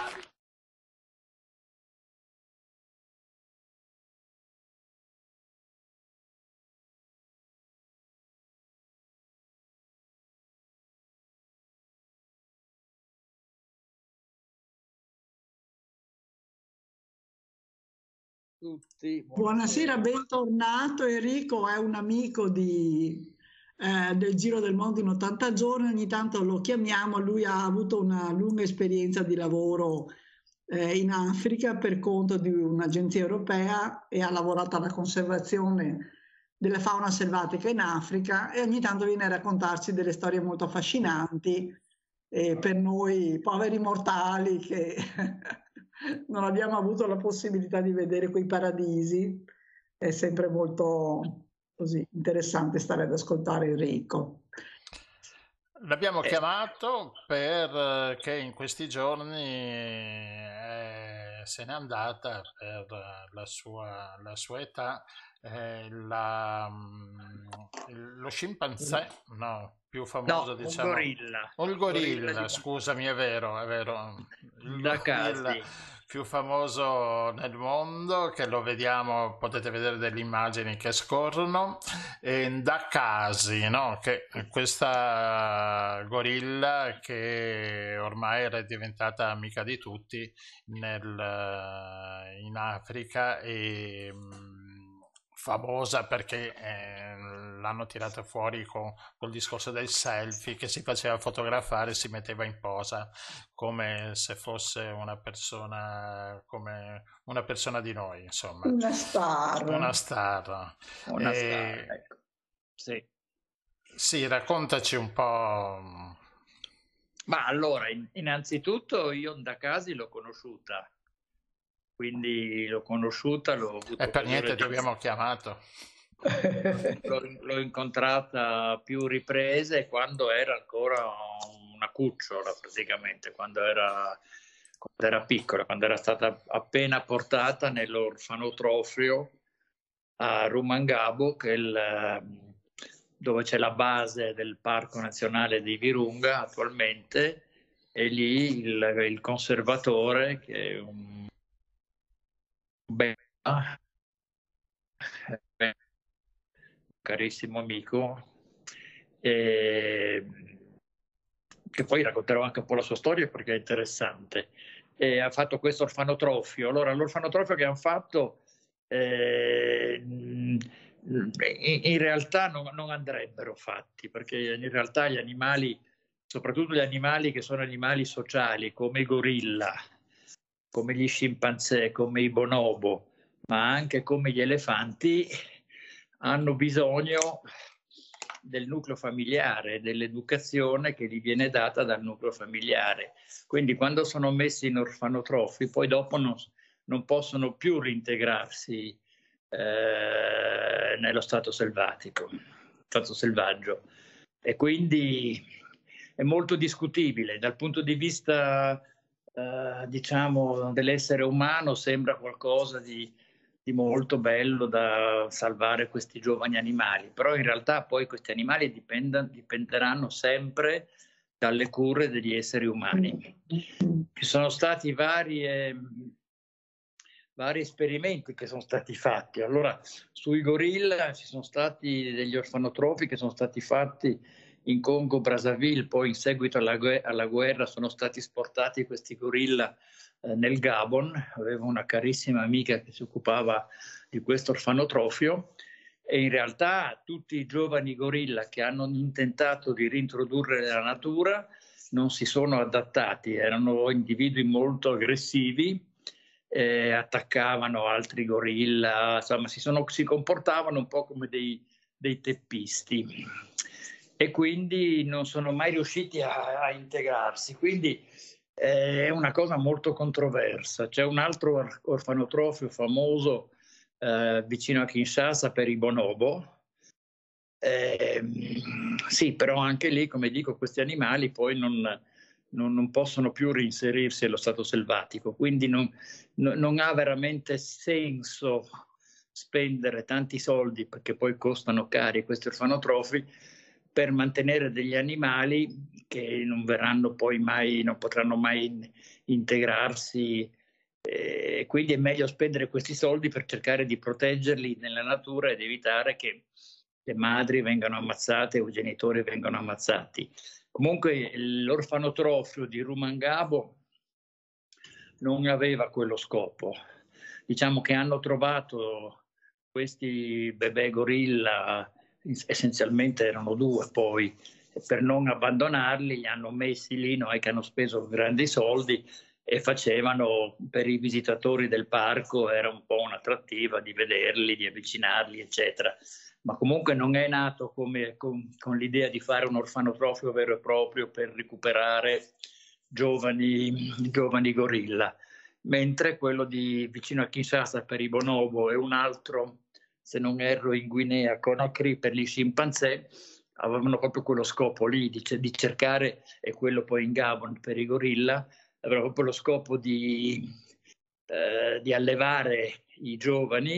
Buonasera, bentornato. Enrico è un amico del Giro del Mondo in 80 giorni, ogni tanto lo chiamiamo. Lui ha avuto una lunga esperienza di lavoro in Africa per conto di un'agenzia europea e ha lavorato alla conservazione della fauna selvatica in Africa e ogni tanto viene a raccontarci delle storie molto affascinanti per noi poveri mortali che non abbiamo avuto la possibilità di vedere quei paradisi. È sempre molto così interessante stare ad ascoltare Enrico. L'abbiamo chiamato perché in questi giorni se n'è andata per la sua età, lo scimpanzé, no, più famoso, No, diciamo. un Il gorilla, scusami, è vero. Il da gorilla Casi. più famoso nel mondo, che lo vediamo, potete vedere delle immagini che scorrono, da Casi, no? Che questa gorilla che ormai era diventata amica di tutti in Africa e famosa perché l'hanno tirata fuori col discorso del selfie, che si faceva fotografare e si metteva in posa come se fosse una persona, come una persona di noi, insomma. Una star. Una star. Una star, ecco. Sì. Sì, raccontaci un po'. Ma allora, innanzitutto io da Casi l'ho conosciuta, quindi l'ho avuto E per niente piacere ti abbiamo chiamato. L'ho incontrata a più riprese quando era ancora una cucciola, praticamente, quando era piccola, quando era stata appena portata nell'orfanotrofio a Rumangabo, che è dove c'è la base del Parco Nazionale di Virunga attualmente, e lì il conservatore, che è un carissimo amico, che poi racconterò anche un po' la sua storia perché è interessante, e ha fatto questo orfanotrofio. Allora, l'orfanotrofio che hanno fatto in realtà non andrebbero fatti, perché in realtà gli animali, soprattutto gli animali che sono animali sociali, come i gorilla, come gli scimpanzé, come i bonobo, ma anche come gli elefanti, hanno bisogno del nucleo familiare, dell'educazione che gli viene data dal nucleo familiare. Quindi quando sono messi in orfanotrofi, poi dopo non possono più reintegrarsi nello stato selvatico, stato selvaggio. E quindi è molto discutibile dal punto di vista diciamo dell'essere umano. Sembra qualcosa di molto bello da salvare questi giovani animali, però in realtà poi questi animali dipenderanno sempre dalle cure degli esseri umani. Ci sono stati vari esperimenti che sono stati fatti. Allora, sui gorilla ci sono stati degli orfanotrofi che sono stati fatti in Congo Brazzaville, poi in seguito alla guerra sono stati sportati questi gorilla nel Gabon. Avevo una carissima amica che si occupava di questo orfanotrofio, e in realtà tutti i giovani gorilla che hanno intentato di reintrodurre nella natura non si sono adattati, erano individui molto aggressivi, attaccavano altri gorilla, insomma si comportavano un po' come dei teppisti, e quindi non sono mai riusciti a integrarsi. Quindi è una cosa molto controversa. C'è un altro orfanotrofio famoso vicino a Kinshasa per i bonobo. Sì, però anche lì, come dico, questi animali poi non possono più reinserirsi allo stato selvatico, quindi non ha veramente senso spendere tanti soldi, perché poi costano cari questi orfanotrofi, per mantenere degli animali che non potranno mai integrarsi. Quindi è meglio spendere questi soldi per cercare di proteggerli nella natura ed evitare che le madri vengano ammazzate o i genitori vengano ammazzati. Comunque l'orfanotrofio di Rumangabo non aveva quello scopo. Diciamo che hanno trovato questi bebè gorilla, essenzialmente erano 2, poi per non abbandonarli li hanno messi lì, non è che hanno speso grandi soldi, e facevano, per i visitatori del parco era un po' un'attrattiva di vederli, di avvicinarli, eccetera. Ma comunque non è nato con l'idea di fare un orfanotrofio vero e proprio per recuperare giovani gorilla, mentre quello di vicino a Kinshasa per i bonobo e un altro, se non erro, in Guinea Conakry per gli scimpanzé, avevano proprio quello scopo lì di cercare, e quello poi in Gabon per i gorilla, aveva proprio lo scopo di allevare i giovani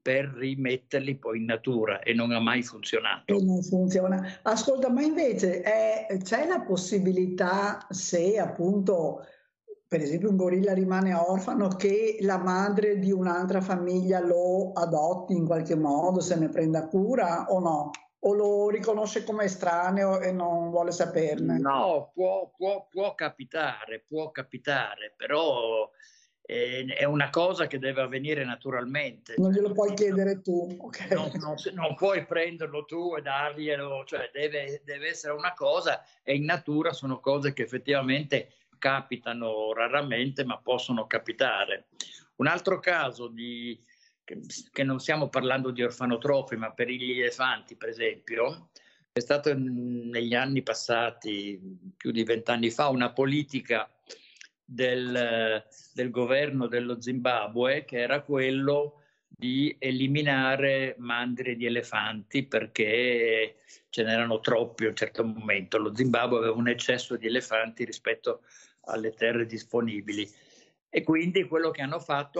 per rimetterli poi in natura, e non ha mai funzionato. E non funziona. Ascolta, ma invece c'è la possibilità, se appunto per esempio un gorilla rimane orfano, che la madre di un'altra famiglia lo adotti in qualche modo, se ne prenda cura o no? O lo riconosce come estraneo e non vuole saperne? No, può capitare, però è una cosa che deve avvenire naturalmente. Non glielo puoi chiedere tu, ok? Non puoi prenderlo tu e darglielo, cioè deve essere una cosa, e in natura sono cose che effettivamente capitano raramente, ma possono capitare. Un altro caso che non stiamo parlando di orfanotrofi, ma per gli elefanti, per esempio, è stato negli anni passati, più di 20 anni fa, una politica del governo dello Zimbabwe, che era quello di eliminare mandrie di elefanti perché ce n'erano troppi a un certo momento. Lo Zimbabwe aveva un eccesso di elefanti rispetto alle terre disponibili, e quindi quello che hanno fatto,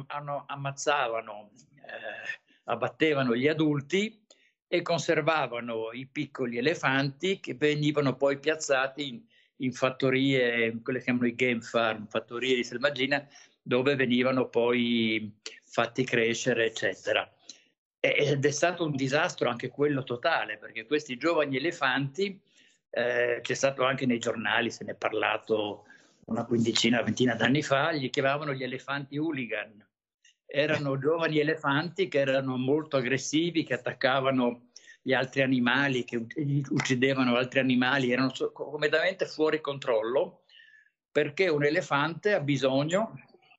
abbattevano gli adulti e conservavano i piccoli elefanti, che venivano poi piazzati in fattorie, quelle che chiamano i game farm, fattorie di selvaggina, dove venivano poi fatti crescere, eccetera. Ed è stato un disastro anche quello totale, perché questi giovani elefanti, c'è stato anche nei giornali, se ne è parlato una ventina d'anni fa, li chiamavano gli elefanti hooligan. Erano giovani elefanti che erano molto aggressivi, che attaccavano gli altri animali, che uccidevano altri animali, erano completamente fuori controllo, perché un elefante ha bisogno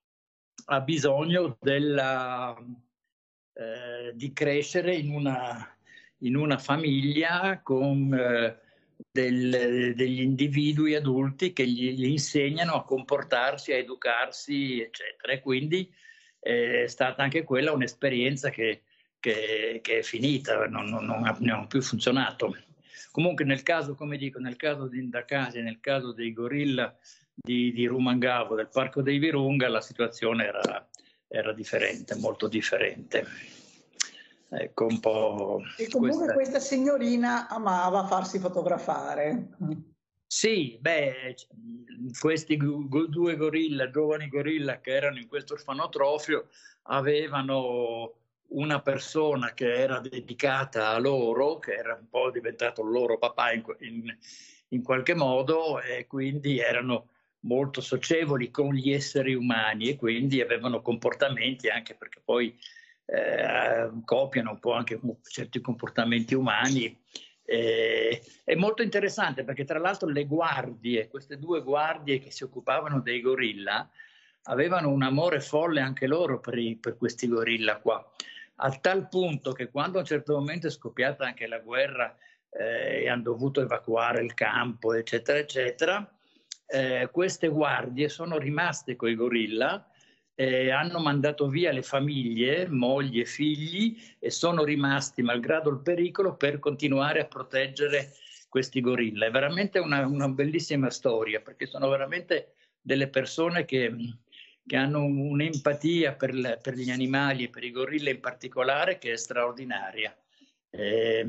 di crescere in una famiglia con degli individui adulti che gli insegnano a comportarsi, a educarsi, eccetera. E quindi è stata anche quella un'esperienza che è finita, non ha più funzionato. Comunque nel caso, come dico, nel caso di Ndakasi, nel caso dei gorilla di Rumangabo, del Parco dei Virunga, la situazione era differente, molto differente. Ecco un po'. E comunque questa signorina amava farsi fotografare. Sì, questi due gorilla, giovani gorilla che erano in questo orfanotrofio, avevano una persona che era dedicata a loro, che era un po' diventato il loro papà in qualche modo, e quindi erano molto socievoli con gli esseri umani, e quindi avevano comportamenti, anche perché poi copiano un po' anche certi comportamenti umani. È molto interessante perché tra l'altro queste due guardie che si occupavano dei gorilla, avevano un amore folle anche loro per questi gorilla qua, a tal punto che quando a un certo momento è scoppiata anche la guerra e hanno dovuto evacuare il campo, eccetera, eccetera, queste guardie sono rimaste coi gorilla, hanno mandato via le famiglie, mogli e figli, e sono rimasti, malgrado il pericolo, per continuare a proteggere questi gorilla. È veramente una bellissima storia, perché sono veramente delle persone che hanno un'empatia per gli animali e per i gorilla in particolare, che è straordinaria. È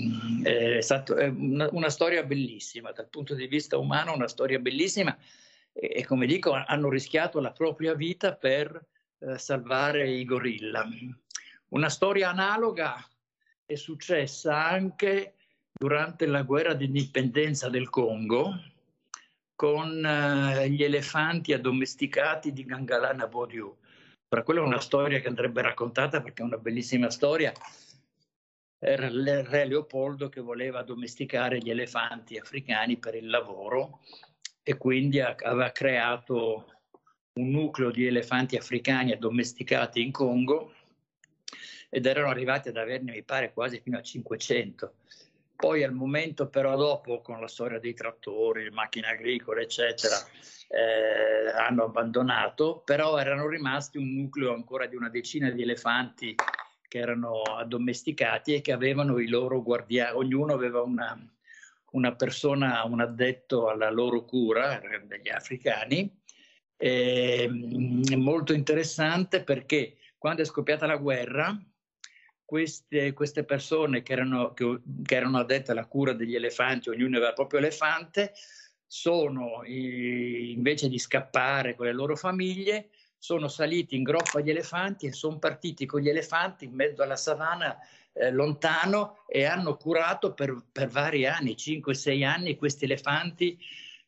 una storia bellissima, dal punto di vista umano una storia bellissima, e come dico hanno rischiato la propria vita per salvare i gorilla. Una storia analoga è successa anche durante la guerra di indipendenza del Congo con gli elefanti addomesticati di Gangalana Bodiou. Per quello è una storia che andrebbe raccontata, perché è una bellissima storia. Era il re Leopoldo che voleva addomesticare gli elefanti africani per il lavoro, e quindi aveva creato un nucleo di elefanti africani addomesticati in Congo, ed erano arrivati ad averne, mi pare, quasi fino a 500. Poi al momento però dopo, con la storia dei trattori, le macchine agricole, eccetera, hanno abbandonato, però erano rimasti un nucleo ancora di una decina di elefanti che erano addomesticati e che avevano i loro guardiani. Ognuno aveva una persona, un addetto alla loro cura degli africani. È molto interessante perché quando è scoppiata la guerra, queste persone che erano addette alla cura degli elefanti, ognuno aveva il proprio elefante, invece di scappare con le loro famiglie, sono saliti in groppa gli elefanti e sono partiti con gli elefanti in mezzo alla savana lontano, e hanno curato per vari anni, 5-6 anni, questi elefanti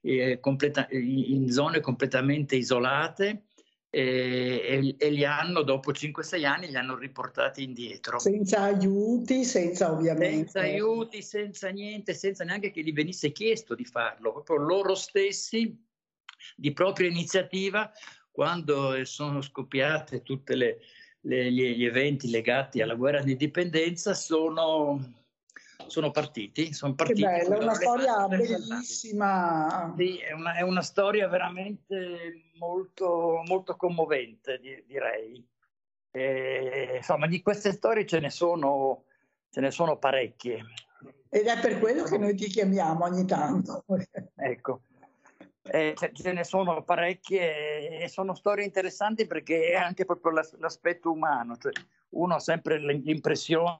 in zone completamente isolate, e li hanno, dopo 5-6 anni, li hanno riportati indietro. Senza aiuti, senza niente, senza neanche che gli venisse chiesto di farlo, proprio loro stessi, di propria iniziativa, quando sono scoppiate tutti gli eventi legati alla guerra di indipendenza, sono partiti. Che bello, è una storia bellissima. Sì, è una storia veramente molto, molto commovente, direi. Insomma, di queste storie ce ne sono parecchie. Ed è per quello che noi ti chiamiamo ogni tanto. Ecco. Ce ne sono parecchie, e sono storie interessanti perché è anche proprio l'aspetto umano, cioè uno ha sempre l'impressione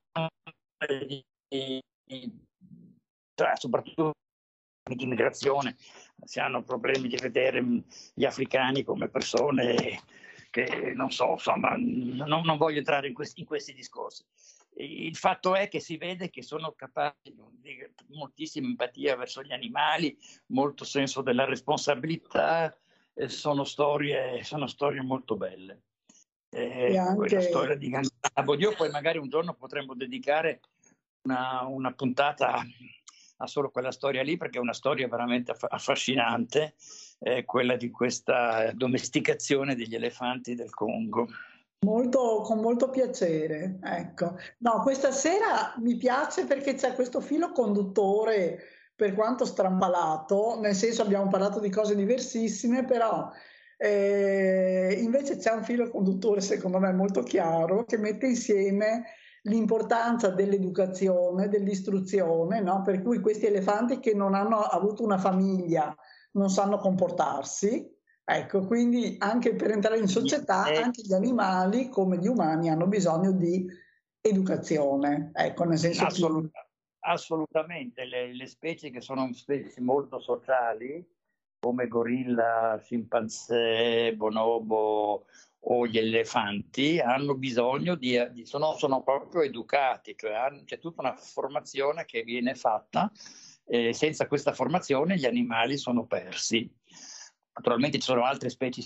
cioè, soprattutto di immigrazione, si hanno problemi di vedere gli africani come persone che, non so, insomma, non voglio entrare in questi discorsi. Il fatto è che si vede che sono capaci di moltissima empatia verso gli animali, molto senso della responsabilità, sono storie molto belle. Quella storia di Gandabo, poi magari un giorno potremmo dedicare una puntata a solo quella storia lì, perché è una storia veramente affascinante, quella di questa domesticazione degli elefanti del Congo. Con molto piacere, ecco. No, questa sera mi piace perché c'è questo filo conduttore, per quanto strampalato, nel senso abbiamo parlato di cose diversissime, però invece c'è un filo conduttore secondo me molto chiaro, che mette insieme l'importanza dell'educazione, dell'istruzione, no? Per cui questi elefanti che non hanno avuto una famiglia non sanno comportarsi. Ecco, quindi anche per entrare in società, anche gli animali come gli umani hanno bisogno di educazione, ecco, nel senso assolutamente. Le specie che sono specie molto sociali, come gorilla, scimpanzé, bonobo o gli elefanti, hanno bisogno sono proprio educati, cioè c'è tutta una formazione che viene fatta, e senza questa formazione gli animali sono persi. Naturalmente ci sono altre specie,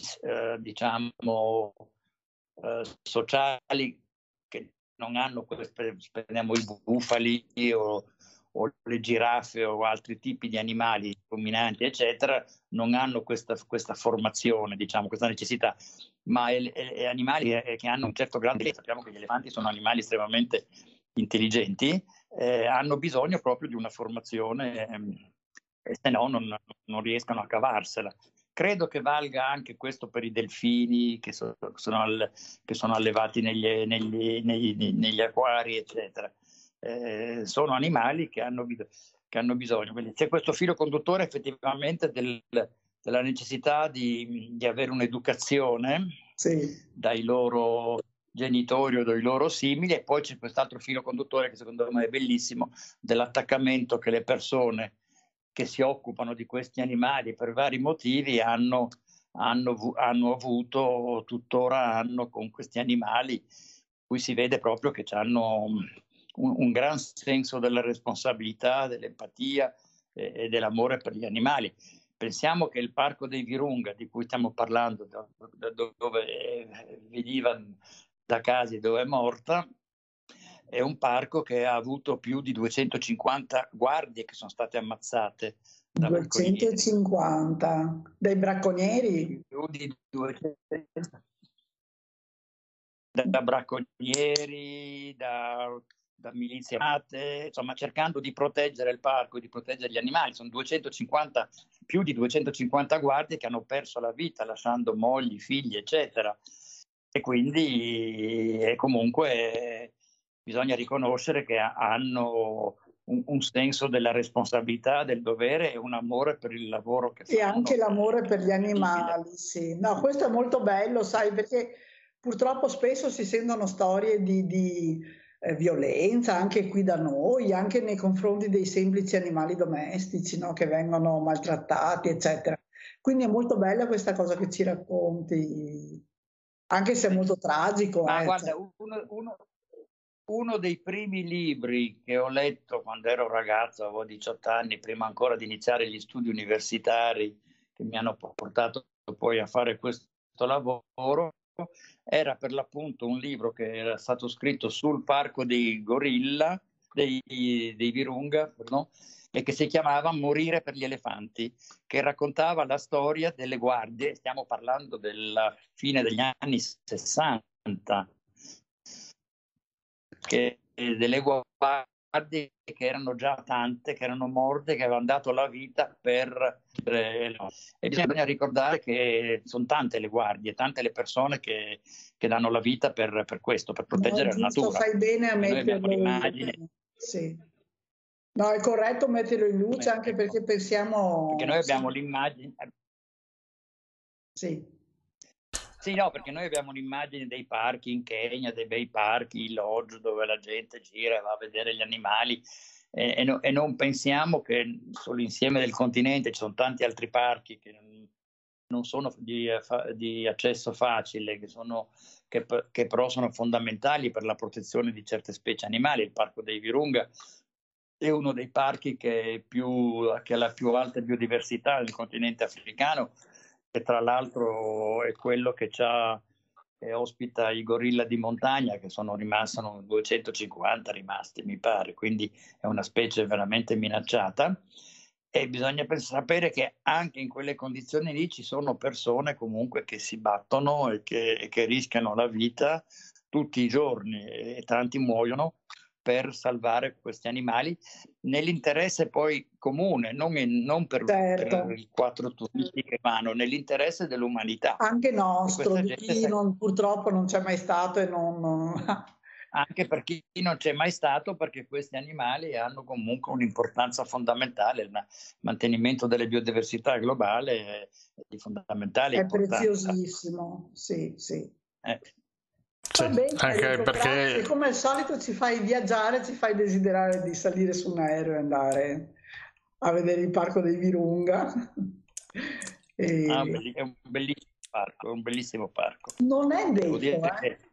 sociali, che non hanno prendiamo i bufali o le giraffe o altri tipi di animali ruminanti, eccetera, non hanno questa formazione, questa necessità. Ma animali che hanno un certo grado di... Sappiamo che gli elefanti sono animali estremamente intelligenti, hanno bisogno proprio di una formazione, se no non riescono a cavarsela. Credo che valga anche questo per i delfini che sono allevati negli acquari, eccetera. Sono animali che hanno bisogno. Quindi c'è questo filo conduttore effettivamente della necessità di avere un'educazione, sì, dai loro genitori o dai loro simili, e poi c'è quest'altro filo conduttore che secondo me è bellissimo, dell'attaccamento che le persone che si occupano di questi animali per vari motivi hanno avuto, tuttora hanno, con questi animali, cui si vede proprio che hanno un gran senso della responsabilità, dell'empatia e dell'amore per gli animali. Pensiamo che il parco dei Virunga, di cui stiamo parlando, da dove veniva da Casi, dove è morta, è un parco che ha avuto più di 250 guardie che sono state ammazzate da 250 dai bracconieri? Più di 200 da bracconieri, da milizie armate, insomma, cercando di proteggere il parco e di proteggere gli animali. Sono più di 250 guardie che hanno perso la vita lasciando mogli, figli, eccetera. E quindi comunque bisogna riconoscere che hanno un senso della responsabilità, del dovere e un amore per il lavoro che fanno. E anche l'amore per gli animali, sì. No, questo è molto bello, sai, perché purtroppo spesso si sentono storie di violenza anche qui da noi, anche nei confronti dei semplici animali domestici, no? Che vengono maltrattati, eccetera. Quindi è molto bella questa cosa che ci racconti, anche se è molto tragico. Ma guarda, cioè. uno dei primi libri che ho letto quando ero ragazzo, avevo 18 anni, prima ancora di iniziare gli studi universitari che mi hanno portato poi a fare questo lavoro, era per l'appunto un libro che era stato scritto sul parco dei gorilla, dei Virunga, no? E che si chiamava Morire per gli elefanti, che raccontava la storia delle guardie, stiamo parlando della fine degli anni 60, delle guardie che erano già tante, che erano morte, che avevano dato la vita e bisogna ricordare che sono tante le guardie, tante le persone che danno la vita per questo, per proteggere la natura. Fai bene a metterlo in sì. No, è corretto metterlo in luce, anche perché pensiamo... Perché noi abbiamo l'immagine... Sì. Sì, no, perché noi abbiamo l'immagine dei parchi in Kenya, dei bei parchi, i lodge dove la gente gira e va a vedere gli animali e non pensiamo che sull'insieme del continente ci sono tanti altri parchi che non sono di accesso facile, che però sono fondamentali per la protezione di certe specie animali. Il Parco dei Virunga è uno dei parchi che ha la più alta biodiversità nel continente africano, e tra l'altro è quello che ospita i gorilla di montagna, che sono 250 rimasti, mi pare, quindi è una specie veramente minacciata. E bisogna sapere che anche in quelle condizioni lì ci sono persone comunque che si battono e che rischiano la vita tutti i giorni, e tanti muoiono per salvare questi animali nell'interesse poi comune, non per i 4 turisti che vanno, nell'interesse dell'umanità. Anche nostro, di chi purtroppo non c'è mai stato e non... Anche per chi non c'è mai stato, perché questi animali hanno comunque un'importanza fondamentale. Il mantenimento delle biodiversità globale è di fondamentale importanza. È preziosissimo, sì. Sì, bene, anche perché come al solito ci fai viaggiare, ci fai desiderare di salire su un aereo e andare a vedere il Parco dei Virunga. È un bellissimo parco. Non è detto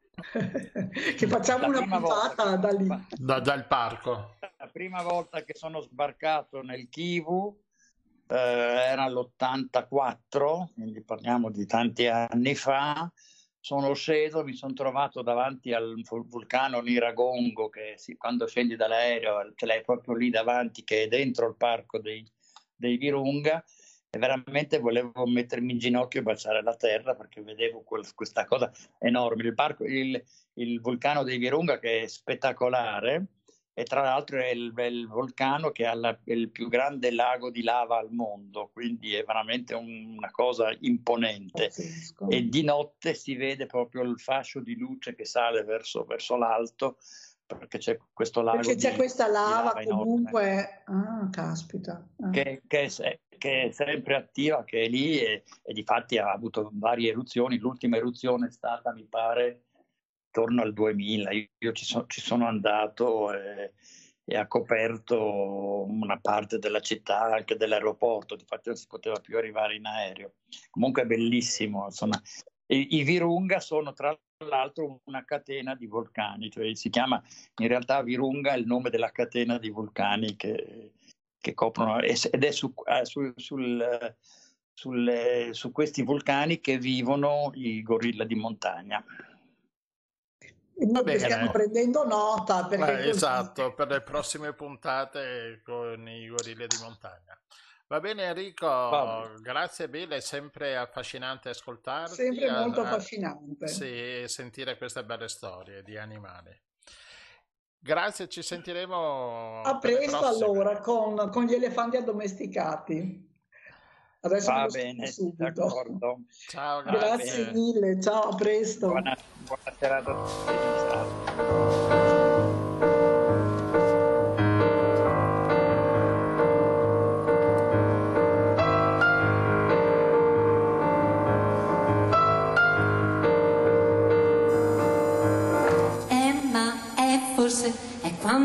che facciamo una puntata da lì. Dal parco. La prima volta che sono sbarcato nel Kivu era l'84, quindi parliamo di tanti anni fa. Sono sceso, mi sono trovato davanti al vulcano Niragongo, che quando scendi dall'aereo ce l'hai proprio lì davanti, che è dentro il parco dei Virunga, e veramente volevo mettermi in ginocchio e baciare la terra, perché vedevo questa cosa enorme. Il vulcano dei Virunga, che è spettacolare, e tra l'altro è il vulcano che ha il più grande lago di lava al mondo, quindi è veramente una cosa imponente. E di notte si vede proprio il fascio di luce che sale verso l'alto, perché c'è questo lago. Perché c'è questa lava comunque, caspita. Che è sempre attiva, che è lì e difatti ha avuto varie eruzioni. L'ultima eruzione è stata, mi pare, intorno al 2000. Io ci sono andato e ha coperto una parte della città, anche dell'aeroporto, difatti non si poteva più arrivare in aereo. Comunque è bellissimo, insomma. I Virunga sono tra l'altro una catena di vulcani, cioè si chiama in realtà Virunga, è il nome della catena di vulcani che coprono, ed è su questi vulcani che vivono i gorilla di montagna. Va bene. Stiamo prendendo nota perché esatto, per le prossime puntate con i gorilla di montagna. Va bene Enrico, grazie mille, è sempre affascinante ascoltarti. Sempre molto affascinante. Sì, sentire queste belle storie di animali. Grazie, ci sentiremo a presto allora con gli elefanti addomesticati. Adesso va bene, d'accordo. Ciao, grazie mille, ciao, a presto. Buona serata a tutti. Emma è forse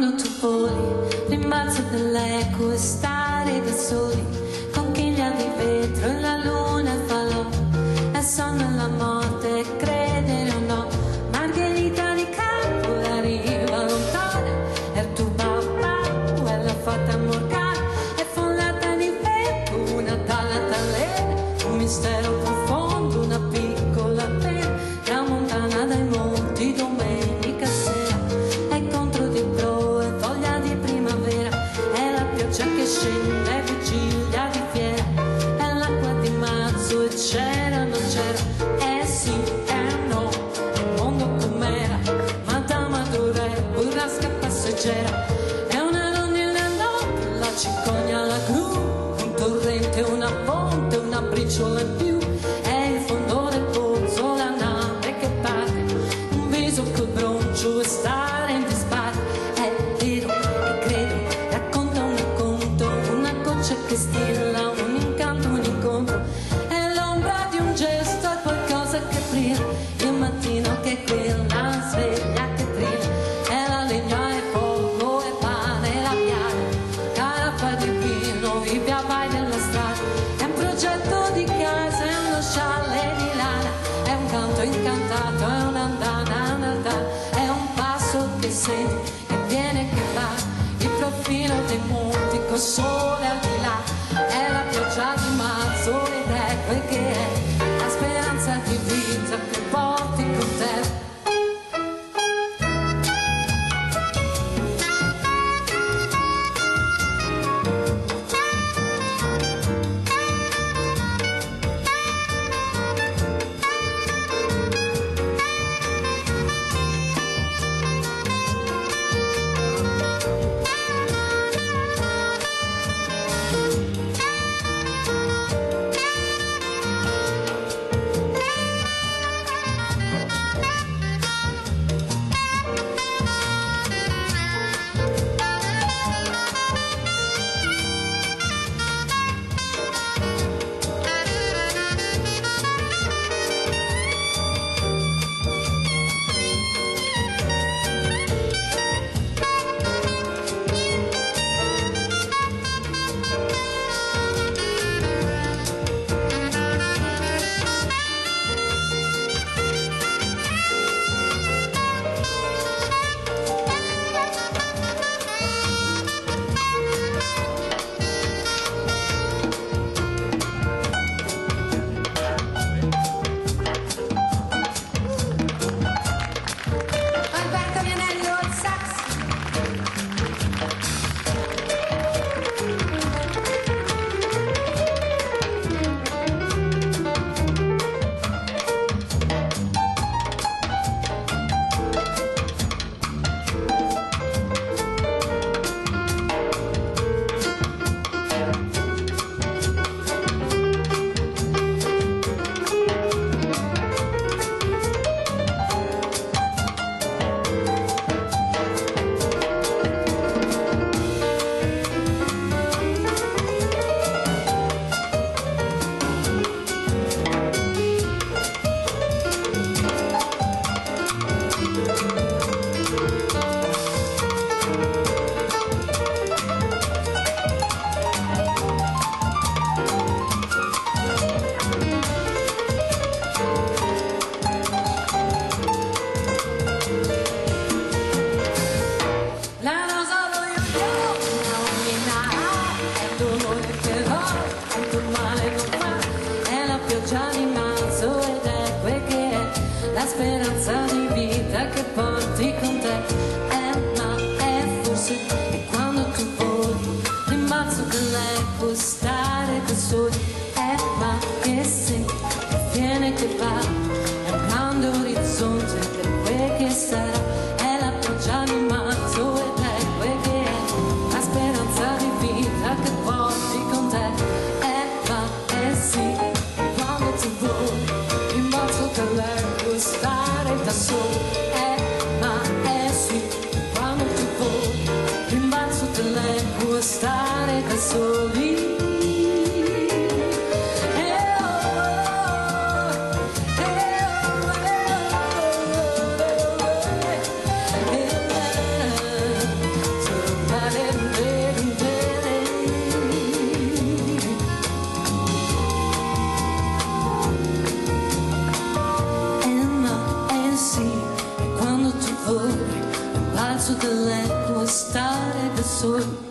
quando tu voli, rimbalzo dell'eco e stare da soli, conchiglia di vetro e la luna falò, e sonno alla morte, credere o no, margherita di campo arriva lontana, e il tuo papà, quella fatta morgana, è fondata di vento, una talla talena, un mistero profondo, una piccola pena, tramontana dai monti, domenica sera, è contro di pro e voglia di primavera, è la pioggia che scende, vigilia di fiera, è l'acqua di marzo e c'era, non c'era, sì e no, il mondo com'era, Madama Dorè, burrasca passeggera, è una rondine notte, la cicogna, la gru, un torrente, una ponte, una briciola in più, è il fondo del pozzo, la nave che parte, un viso col broncio e stare in disparte, è vero e credo, racconta un racconto, una goccia che stilla, un incanto, un incontro, è l'ombra di un gesto, è qualcosa che brilla, il mattino che quella sveglia che trilla, è la legna e fuoco e pane e labiale, caraffa di vino, i vai della strada, è un progetto di casa, è uno scialle di lana, è un canto incantato, è un'andana, è un passo che senti, che viene, che va, il profilo dei monti col sole al di là, è la pioggia di marzo ed è quel che è, la speranza di vita che porti con te. stare da soli.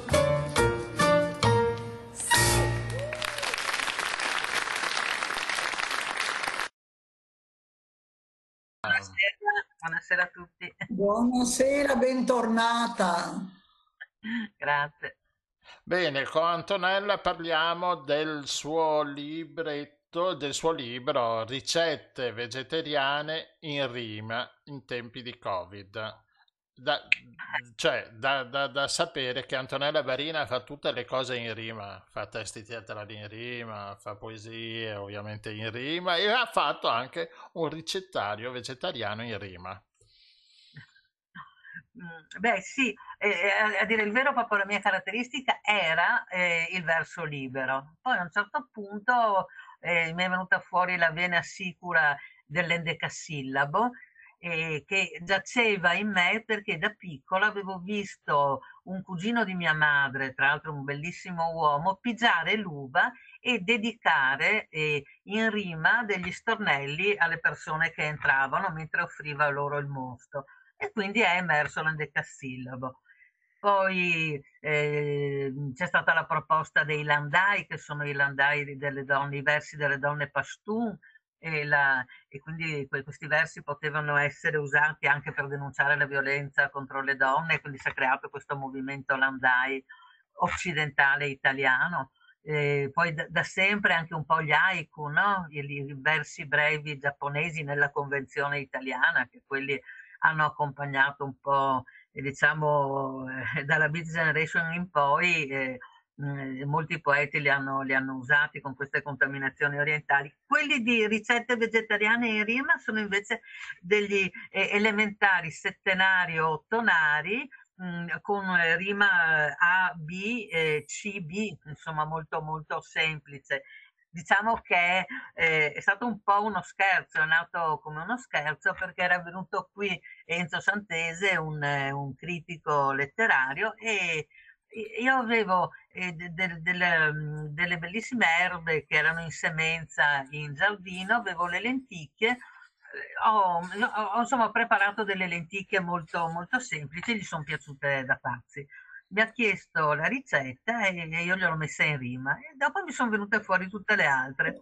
Buonasera a tutti. Buonasera, bentornata. Grazie. Bene, con Antonella parliamo del suo libretto, del suo libro Ricette vegetariane in rima in tempi di Covid. Da sapere che Antonella Barina fa tutte le cose in rima, fa testi teatrali in rima, fa poesie ovviamente in rima e ha fatto anche un ricettario vegetariano in rima. Beh sì, a dire il vero proprio la mia caratteristica era il verso libero. Poi a un certo punto mi è venuta fuori la vena sicura dell'endecassillabo che giaceva in me perché da piccola avevo visto un cugino di mia madre, tra l'altro un bellissimo uomo, pigiare l'uva e dedicare in rima degli stornelli alle persone che entravano mentre offriva loro il mosto. E quindi è emerso l'endecassillabo. Poi c'è stata la proposta dei landai, che sono i landai delle donne, i versi delle donne pashtun, e quindi questi versi potevano essere usati anche per denunciare la violenza contro le donne, quindi si è creato questo movimento landai occidentale italiano. Poi da sempre anche un po' gli haiku, no? I versi brevi giapponesi nella convenzione italiana, che quelli hanno accompagnato un po', diciamo, dalla Beat Generation in poi, molti poeti li hanno usati con queste contaminazioni orientali. Quelli di ricette vegetariane in rima sono invece degli elementari settenari o ottonari, con rima A, B, C, B, insomma molto molto semplice. Diciamo che è stato un po' uno scherzo, è nato come uno scherzo perché era venuto qui Enzo Santese, un critico letterario, e io avevo delle bellissime erbe che erano in semenza in giardino, avevo le lenticchie, ho insomma preparato delle lenticchie molto, molto semplici, gli sono piaciute da pazzi. Mi ha chiesto la ricetta e io gliel'ho messa in rima e dopo mi sono venute fuori tutte le altre.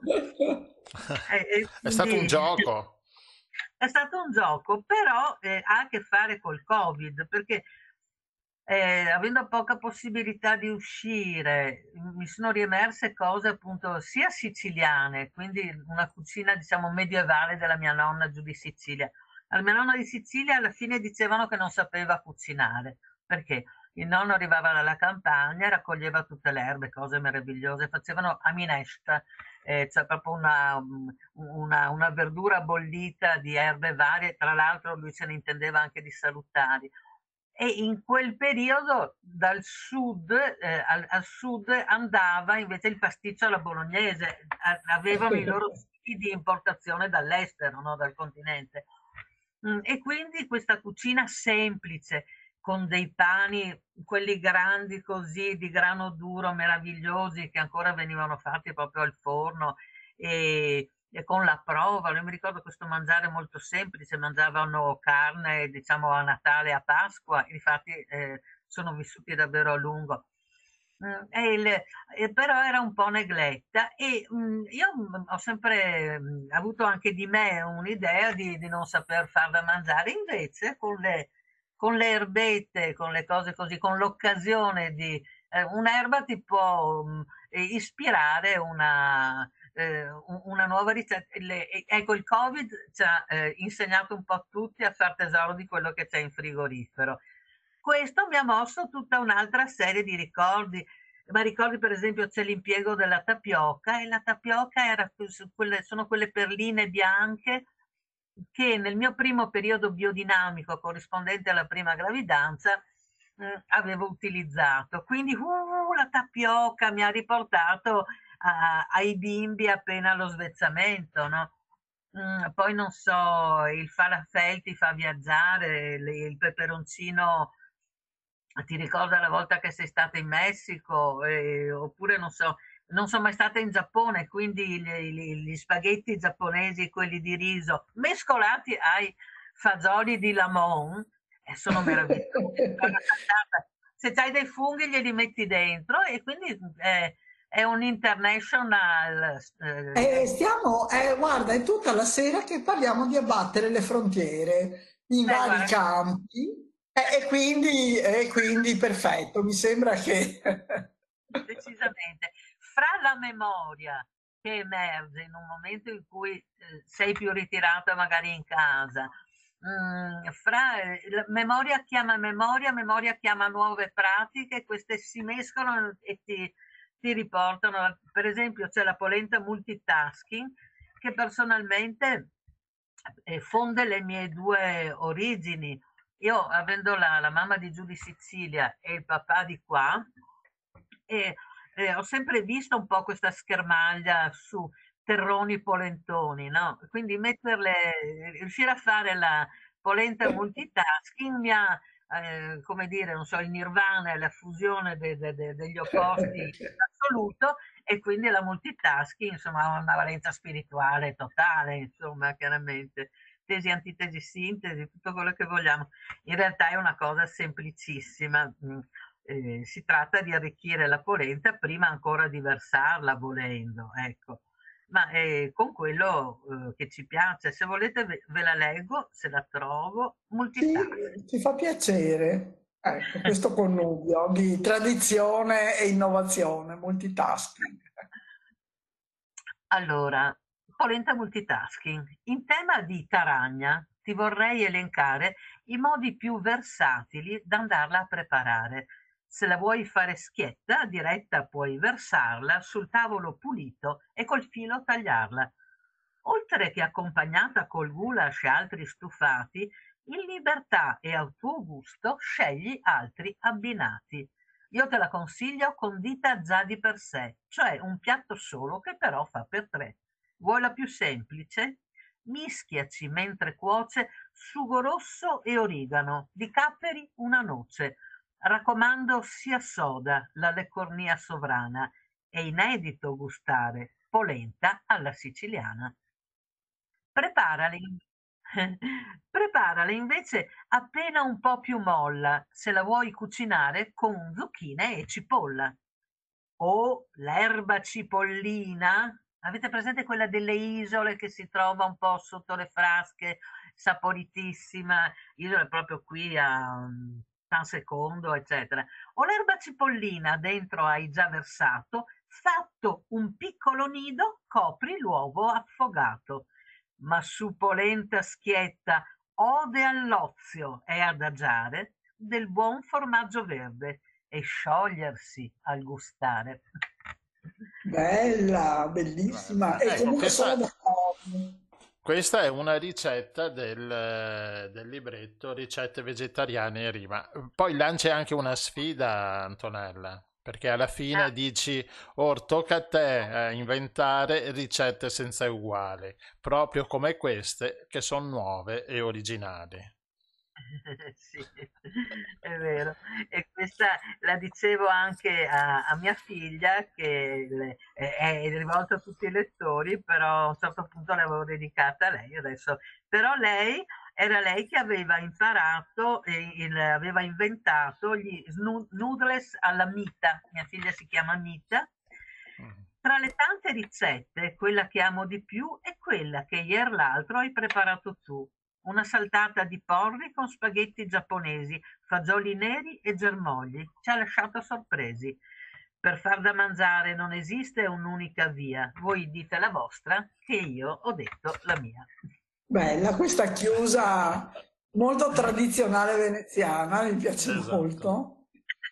È stato un gioco. È stato un gioco, però ha a che fare col Covid, perché avendo poca possibilità di uscire, mi sono riemerse cose appunto sia siciliane, quindi una cucina diciamo medievale della mia nonna giù di Sicilia. La mia nonna di Sicilia alla fine dicevano che non sapeva cucinare, perché il nonno arrivava dalla campagna, raccoglieva tutte le erbe, cose meravigliose, facevano a minestra, cioè proprio una verdura bollita di erbe varie, tra l'altro lui se ne intendeva anche di salutari. E in quel periodo dal sud al sud andava invece il pasticcio alla bolognese, avevano i loro siti di importazione dall'estero, no? Dal continente. E quindi questa cucina semplice, con dei pani, quelli grandi così, di grano duro, meravigliosi, che ancora venivano fatti proprio al forno, e con la prova. Io mi ricordo questo mangiare molto semplice, mangiavano carne, diciamo, a Natale e a Pasqua, infatti sono vissuti davvero a lungo. Però era un po' negletta e io ho sempre avuto anche di me un'idea di non saper far da mangiare, invece con le erbette, con le cose così, con l'occasione di un'erba ti può ispirare una nuova ricetta. Ecco, il Covid ci ha insegnato un po' a tutti a far tesoro di quello che c'è in frigorifero. Questo mi ha mosso tutta un'altra serie di ricordi, ma ricordi per esempio c'è l'impiego della tapioca, e la tapioca sono quelle perline bianche che nel mio primo periodo biodinamico corrispondente alla prima gravidanza avevo utilizzato. Quindi la tapioca mi ha riportato ai bimbi appena allo svezzamento, no? Poi non so, il falafel ti fa viaggiare, il peperoncino ti ricorda la volta che sei stata in Messico, oppure non sono mai stata in Giappone, quindi gli spaghetti giapponesi, quelli di riso, mescolati ai fagioli di Lamon, sono meravigliosi. Se c'hai dei funghi glieli metti dentro e quindi è un international. Guarda, è tutta la sera che parliamo di abbattere le frontiere in vari guarda, campi e quindi perfetto, mi sembra che... decisamente. Fra la memoria che emerge in un momento in cui sei più ritirata magari in casa, la memoria chiama memoria, memoria chiama nuove pratiche, queste si mescolano e ti riportano. Per esempio c'è la polenta multitasking che personalmente fonde le mie due origini. Io, avendo la mamma di giù di Sicilia e il papà di qua, ho sempre visto un po' questa schermaglia su terroni polentoni, no? Quindi riuscire a fare la polenta multitasking mi ha, come dire, non so, il nirvana e la fusione degli opposti in assoluto, e quindi la multitasking, insomma, ha una valenza spirituale totale, insomma, chiaramente. Tesi, antitesi, sintesi, tutto quello che vogliamo. In realtà è una cosa semplicissima. Si tratta di arricchire la polenta prima ancora di versarla, volendo, ecco. Ma con quello che ci piace. Se volete ve la leggo, se la trovo. Multitasking. Sì, ci fa piacere. Ecco, questo connubio di tradizione e innovazione, multitasking. Allora, polenta multitasking. In tema di caragna ti vorrei elencare i modi più versatili da andarla a preparare. Se la vuoi fare schietta, diretta, puoi versarla sul tavolo pulito e col filo tagliarla. Oltre che accompagnata col goulash e altri stufati, in libertà e a tuo gusto scegli altri abbinati. Io te la consiglio condita già di per sé, cioè un piatto solo che però fa per tre. Vuoi la più semplice? Mischiaci mentre cuoce sugo rosso e origano, di capperi una noce. Raccomando sia soda, la leccornia sovrana. È inedito gustare polenta alla siciliana. Preparale, preparale invece appena un po' più molla, se la vuoi cucinare con zucchine e cipolla. O l'erba cipollina, avete presente quella delle isole che si trova un po' sotto le frasche, saporitissima, isole proprio qui a San Secondo, eccetera. O l'erba cipollina dentro hai già versato, fatto un piccolo nido, copri l'uovo affogato. Ma su polenta schietta, ode all'ozio e adagiare del buon formaggio verde e sciogliersi al gustare. Bella, bellissima. E Ecco, comunque sono d'accordo. questa è una ricetta del libretto Ricette vegetariane in rima. Poi lanci anche una sfida, Antonella, perché alla fine dici, tocca a te inventare ricette senza uguali, proprio come queste che sono nuove e originali. Sì, è vero. E questa la dicevo anche a mia figlia, che è rivolta a tutti i lettori, però a un certo punto l'avevo dedicata a lei adesso. Però era lei che aveva imparato, aveva inventato gli noodles alla Mita. Mia figlia si chiama Mita. Tra le tante ricette, quella che amo di più è quella che ieri l'altro hai preparato tu. Una saltata di porri con spaghetti giapponesi, fagioli neri e germogli. Ci ha lasciato sorpresi. Per far da mangiare non esiste un'unica via. Voi dite la vostra, che io ho detto la mia. Bella, questa chiusa molto tradizionale veneziana, mi piace molto.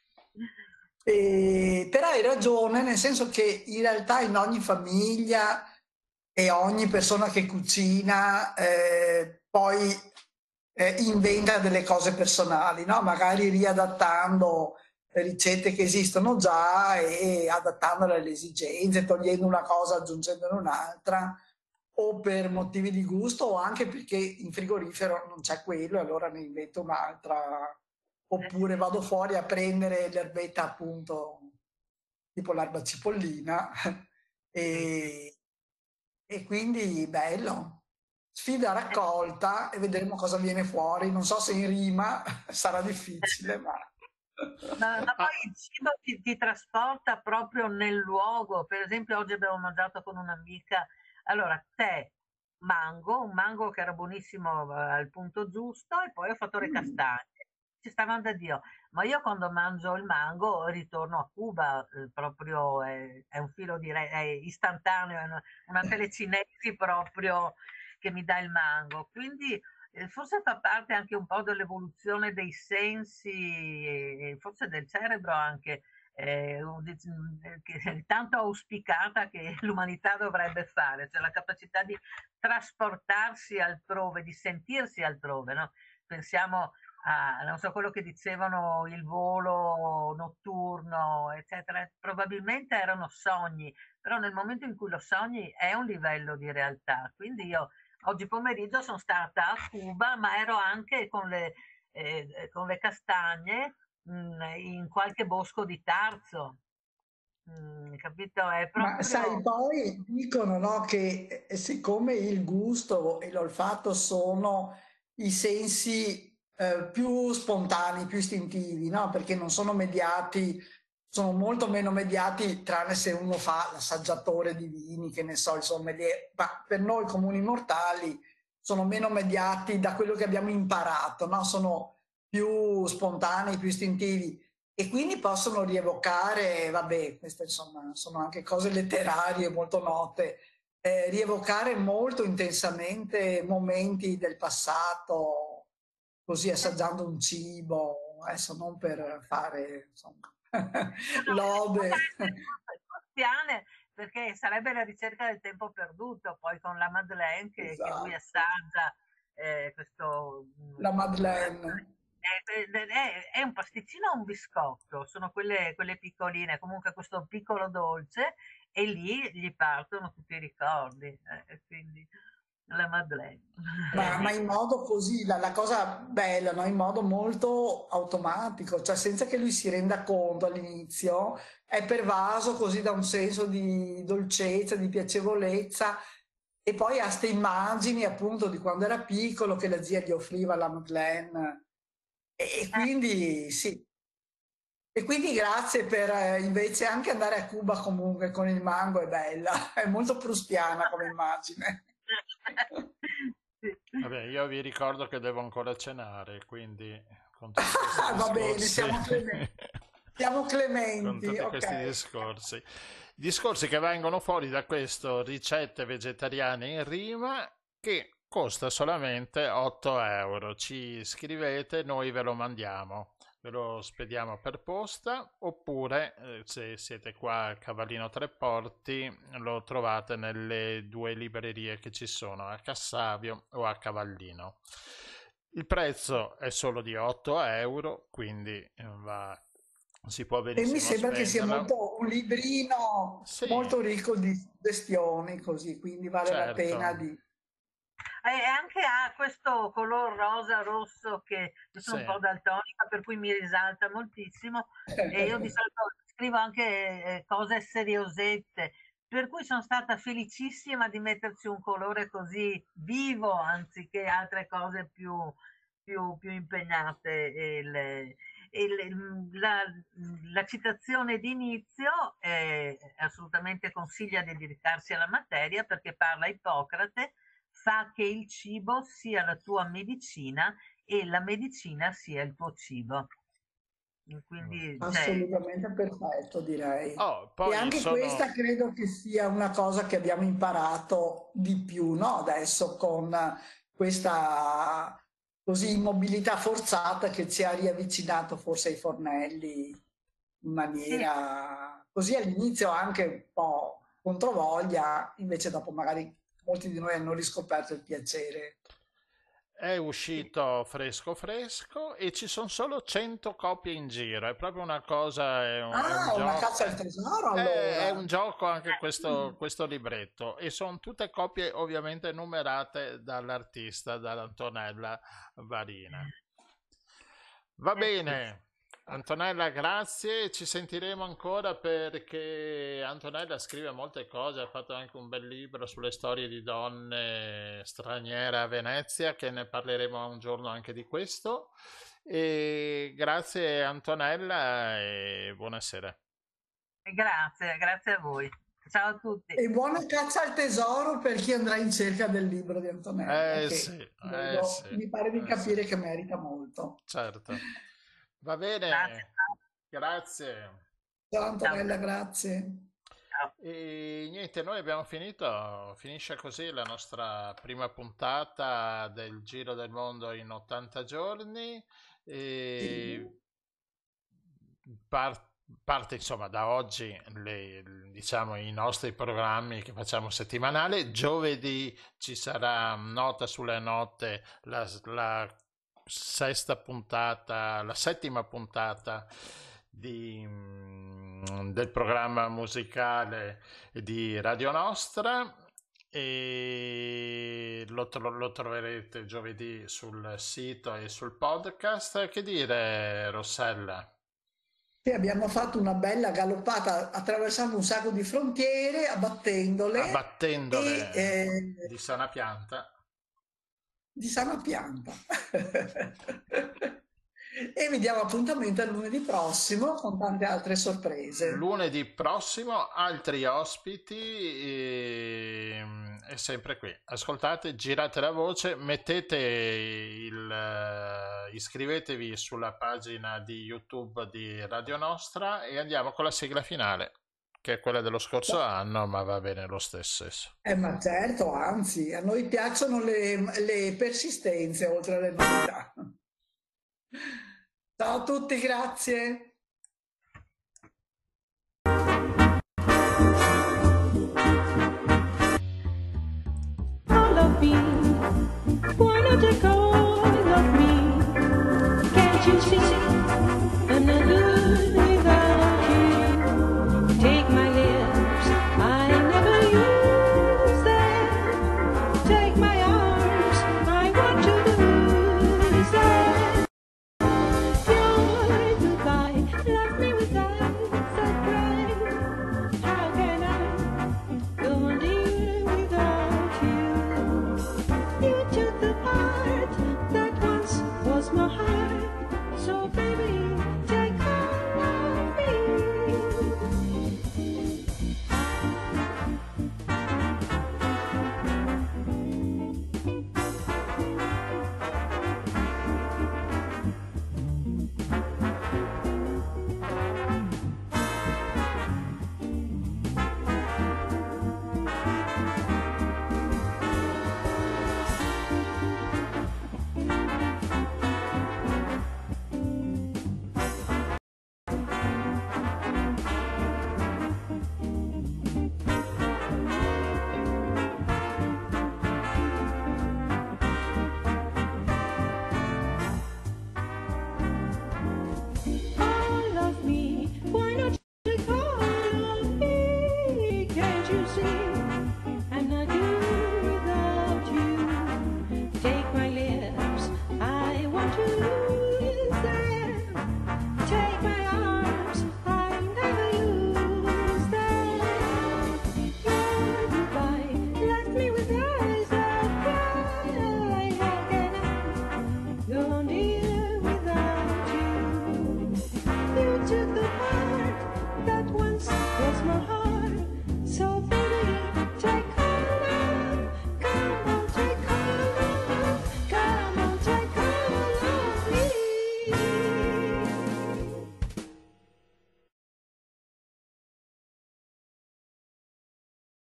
Però hai ragione, nel senso che in realtà in ogni famiglia e ogni persona che cucina poi inventa delle cose personali, no? Magari riadattando ricette che esistono già e adattandole alle esigenze, togliendo una cosa, aggiungendone un'altra, o per motivi di gusto o anche perché in frigorifero non c'è quello e allora ne invento un'altra. Oppure vado fuori a prendere l'erbetta, appunto, tipo l'erba cipollina, e quindi bello. sfida raccolta e vedremo cosa viene fuori. Non so se in rima sarà difficile, ma... Ma poi il cibo ti trasporta proprio nel luogo. Per esempio, oggi abbiamo mangiato con un'amica, allora, tè, mango, un mango che era buonissimo al punto giusto, e poi ho fatto le castagne. Ci stavano da Dio. Ma io quando mangio il mango ritorno a Cuba, proprio è un filo è istantaneo, è una telecinesi proprio che mi dà il mango. Quindi forse fa parte anche un po' dell'evoluzione dei sensi e forse del cerebro anche, che tanto auspicata che l'umanità dovrebbe fare, cioè la capacità di trasportarsi altrove, di sentirsi altrove, no? Pensiamo a, non so, quello che dicevano, il volo notturno, eccetera, probabilmente erano sogni, però nel momento in cui lo sogni è un livello di realtà. Quindi io oggi pomeriggio sono stata a Cuba, ma ero anche con le castagne in qualche bosco di Tarzo. Capito? È Ma sai, proprio... poi dicono, no, che siccome il gusto e l'olfatto sono i sensi più spontanei, più istintivi, no? Perché non sono mediati, sono molto meno mediati, tranne se uno fa l'assaggiatore di vini, che ne so, il sommelier, ma per noi comuni mortali sono meno mediati da quello che abbiamo imparato, no? Sono più spontanei, più istintivi e quindi possono rievocare, vabbè, queste insomma sono anche cose letterarie molto note, rievocare molto intensamente momenti del passato, così assaggiando un cibo, adesso non per fare insomma lode. Cristiane, perché sarebbe la ricerca del tempo perduto, poi con la Madeleine che lui Esatto. assaggia questo... La Madeleine. È un pasticcino o un biscotto? Sono quelle piccoline, comunque questo piccolo dolce, e lì gli partono tutti i ricordi, quindi la Madeleine. Ma in modo così, la cosa bella, no? In modo molto automatico, cioè senza che lui si renda conto all'inizio, è pervaso così da un senso di dolcezza, di piacevolezza, e poi ha queste immagini appunto di quando era piccolo che la zia gli offriva la Madeleine, e quindi sì. E quindi grazie per invece anche andare a Cuba comunque con il mango, è bella, è molto prustiana come immagine. Vabbè, io vi ricordo che devo ancora cenare, quindi con tutti questi Va bene, discorsi, siamo con clementi, tutti questi ok. discorsi che vengono fuori da questo ricette vegetariane in rima che costa solamente 8 euro. Ci scrivete, noi ve lo mandiamo. Ve lo spediamo per posta, oppure se siete qua a Cavallino Tre Porti lo trovate nelle 2 librerie che ci sono, a Cassavio o a Cavallino. Il prezzo è solo di 8 euro, quindi si può E mi benissimo sembra che sia spenderlo. molto un librino Sì, molto ricco di suggestioni, così, quindi vale la pena certo, di... E anche ha questo color rosa rosso che io sono sì. un po' daltonica, per cui mi risalta moltissimo, e io di solito scrivo anche cose seriosette, per cui sono stata felicissima di metterci un colore così vivo anziché altre cose più impegnate. La citazione d'inizio assolutamente consiglia di dedicarsi alla materia, perché parla Ippocrate: fa che il cibo sia la tua medicina e la medicina sia il tuo cibo. Quindi, cioè, Assolutamente perfetto, direi. Oh, E poi anche questa credo che sia una cosa che abbiamo imparato di più, no? Adesso con questa così immobilità forzata che ci ha riavvicinato forse ai fornelli in sì, maniera così all'inizio anche un po' controvoglia, invece dopo magari molti di noi hanno riscoperto il piacere. è uscito fresco fresco e ci sono solo 100 copie in giro, è proprio una cosa, è un Ah, una gioco, caccia al tesoro è allora. un gioco anche questo libretto, e sono tutte copie ovviamente numerate dall'artista, dall'Antonella Varina. Va sì. bene, Antonella, grazie, ci sentiremo ancora perché Antonella scrive molte cose, ha fatto anche un bel libro sulle storie di donne straniere a Venezia, che ne parleremo un giorno anche di questo. E grazie Antonella e buonasera. Grazie a voi. Ciao a tutti. E buona caccia al tesoro per chi andrà in cerca del libro di Antonella, che Sì, mi pare di capire che merita molto. Certo. Va bene, grazie. Ciao Antonella, grazie. E niente, noi abbiamo finito, finisce così la nostra prima puntata del Giro del Mondo in 80 giorni. E parte insomma da oggi diciamo i nostri programmi che facciamo settimanali. Giovedì ci sarà Nota sulle note, la settima puntata del programma musicale di Radio Nostra, e lo troverete giovedì sul sito e sul podcast. Che dire, Rossella? Sì, abbiamo fatto una bella galoppata attraversando un sacco di frontiere, abbattendole di sana pianta. Di sana pianta. E vi diamo appuntamento a lunedì prossimo con tante altre sorprese. Lunedì prossimo altri ospiti e sempre qui. Ascoltate, girate la voce, iscrivetevi sulla pagina di YouTube di Radio Nostra e andiamo con la sigla finale, che è quella dello scorso anno, ma va bene lo stesso. Ma certo, anzi, a noi piacciono le persistenze oltre alle novità. Ciao a tutti, grazie. Wanna take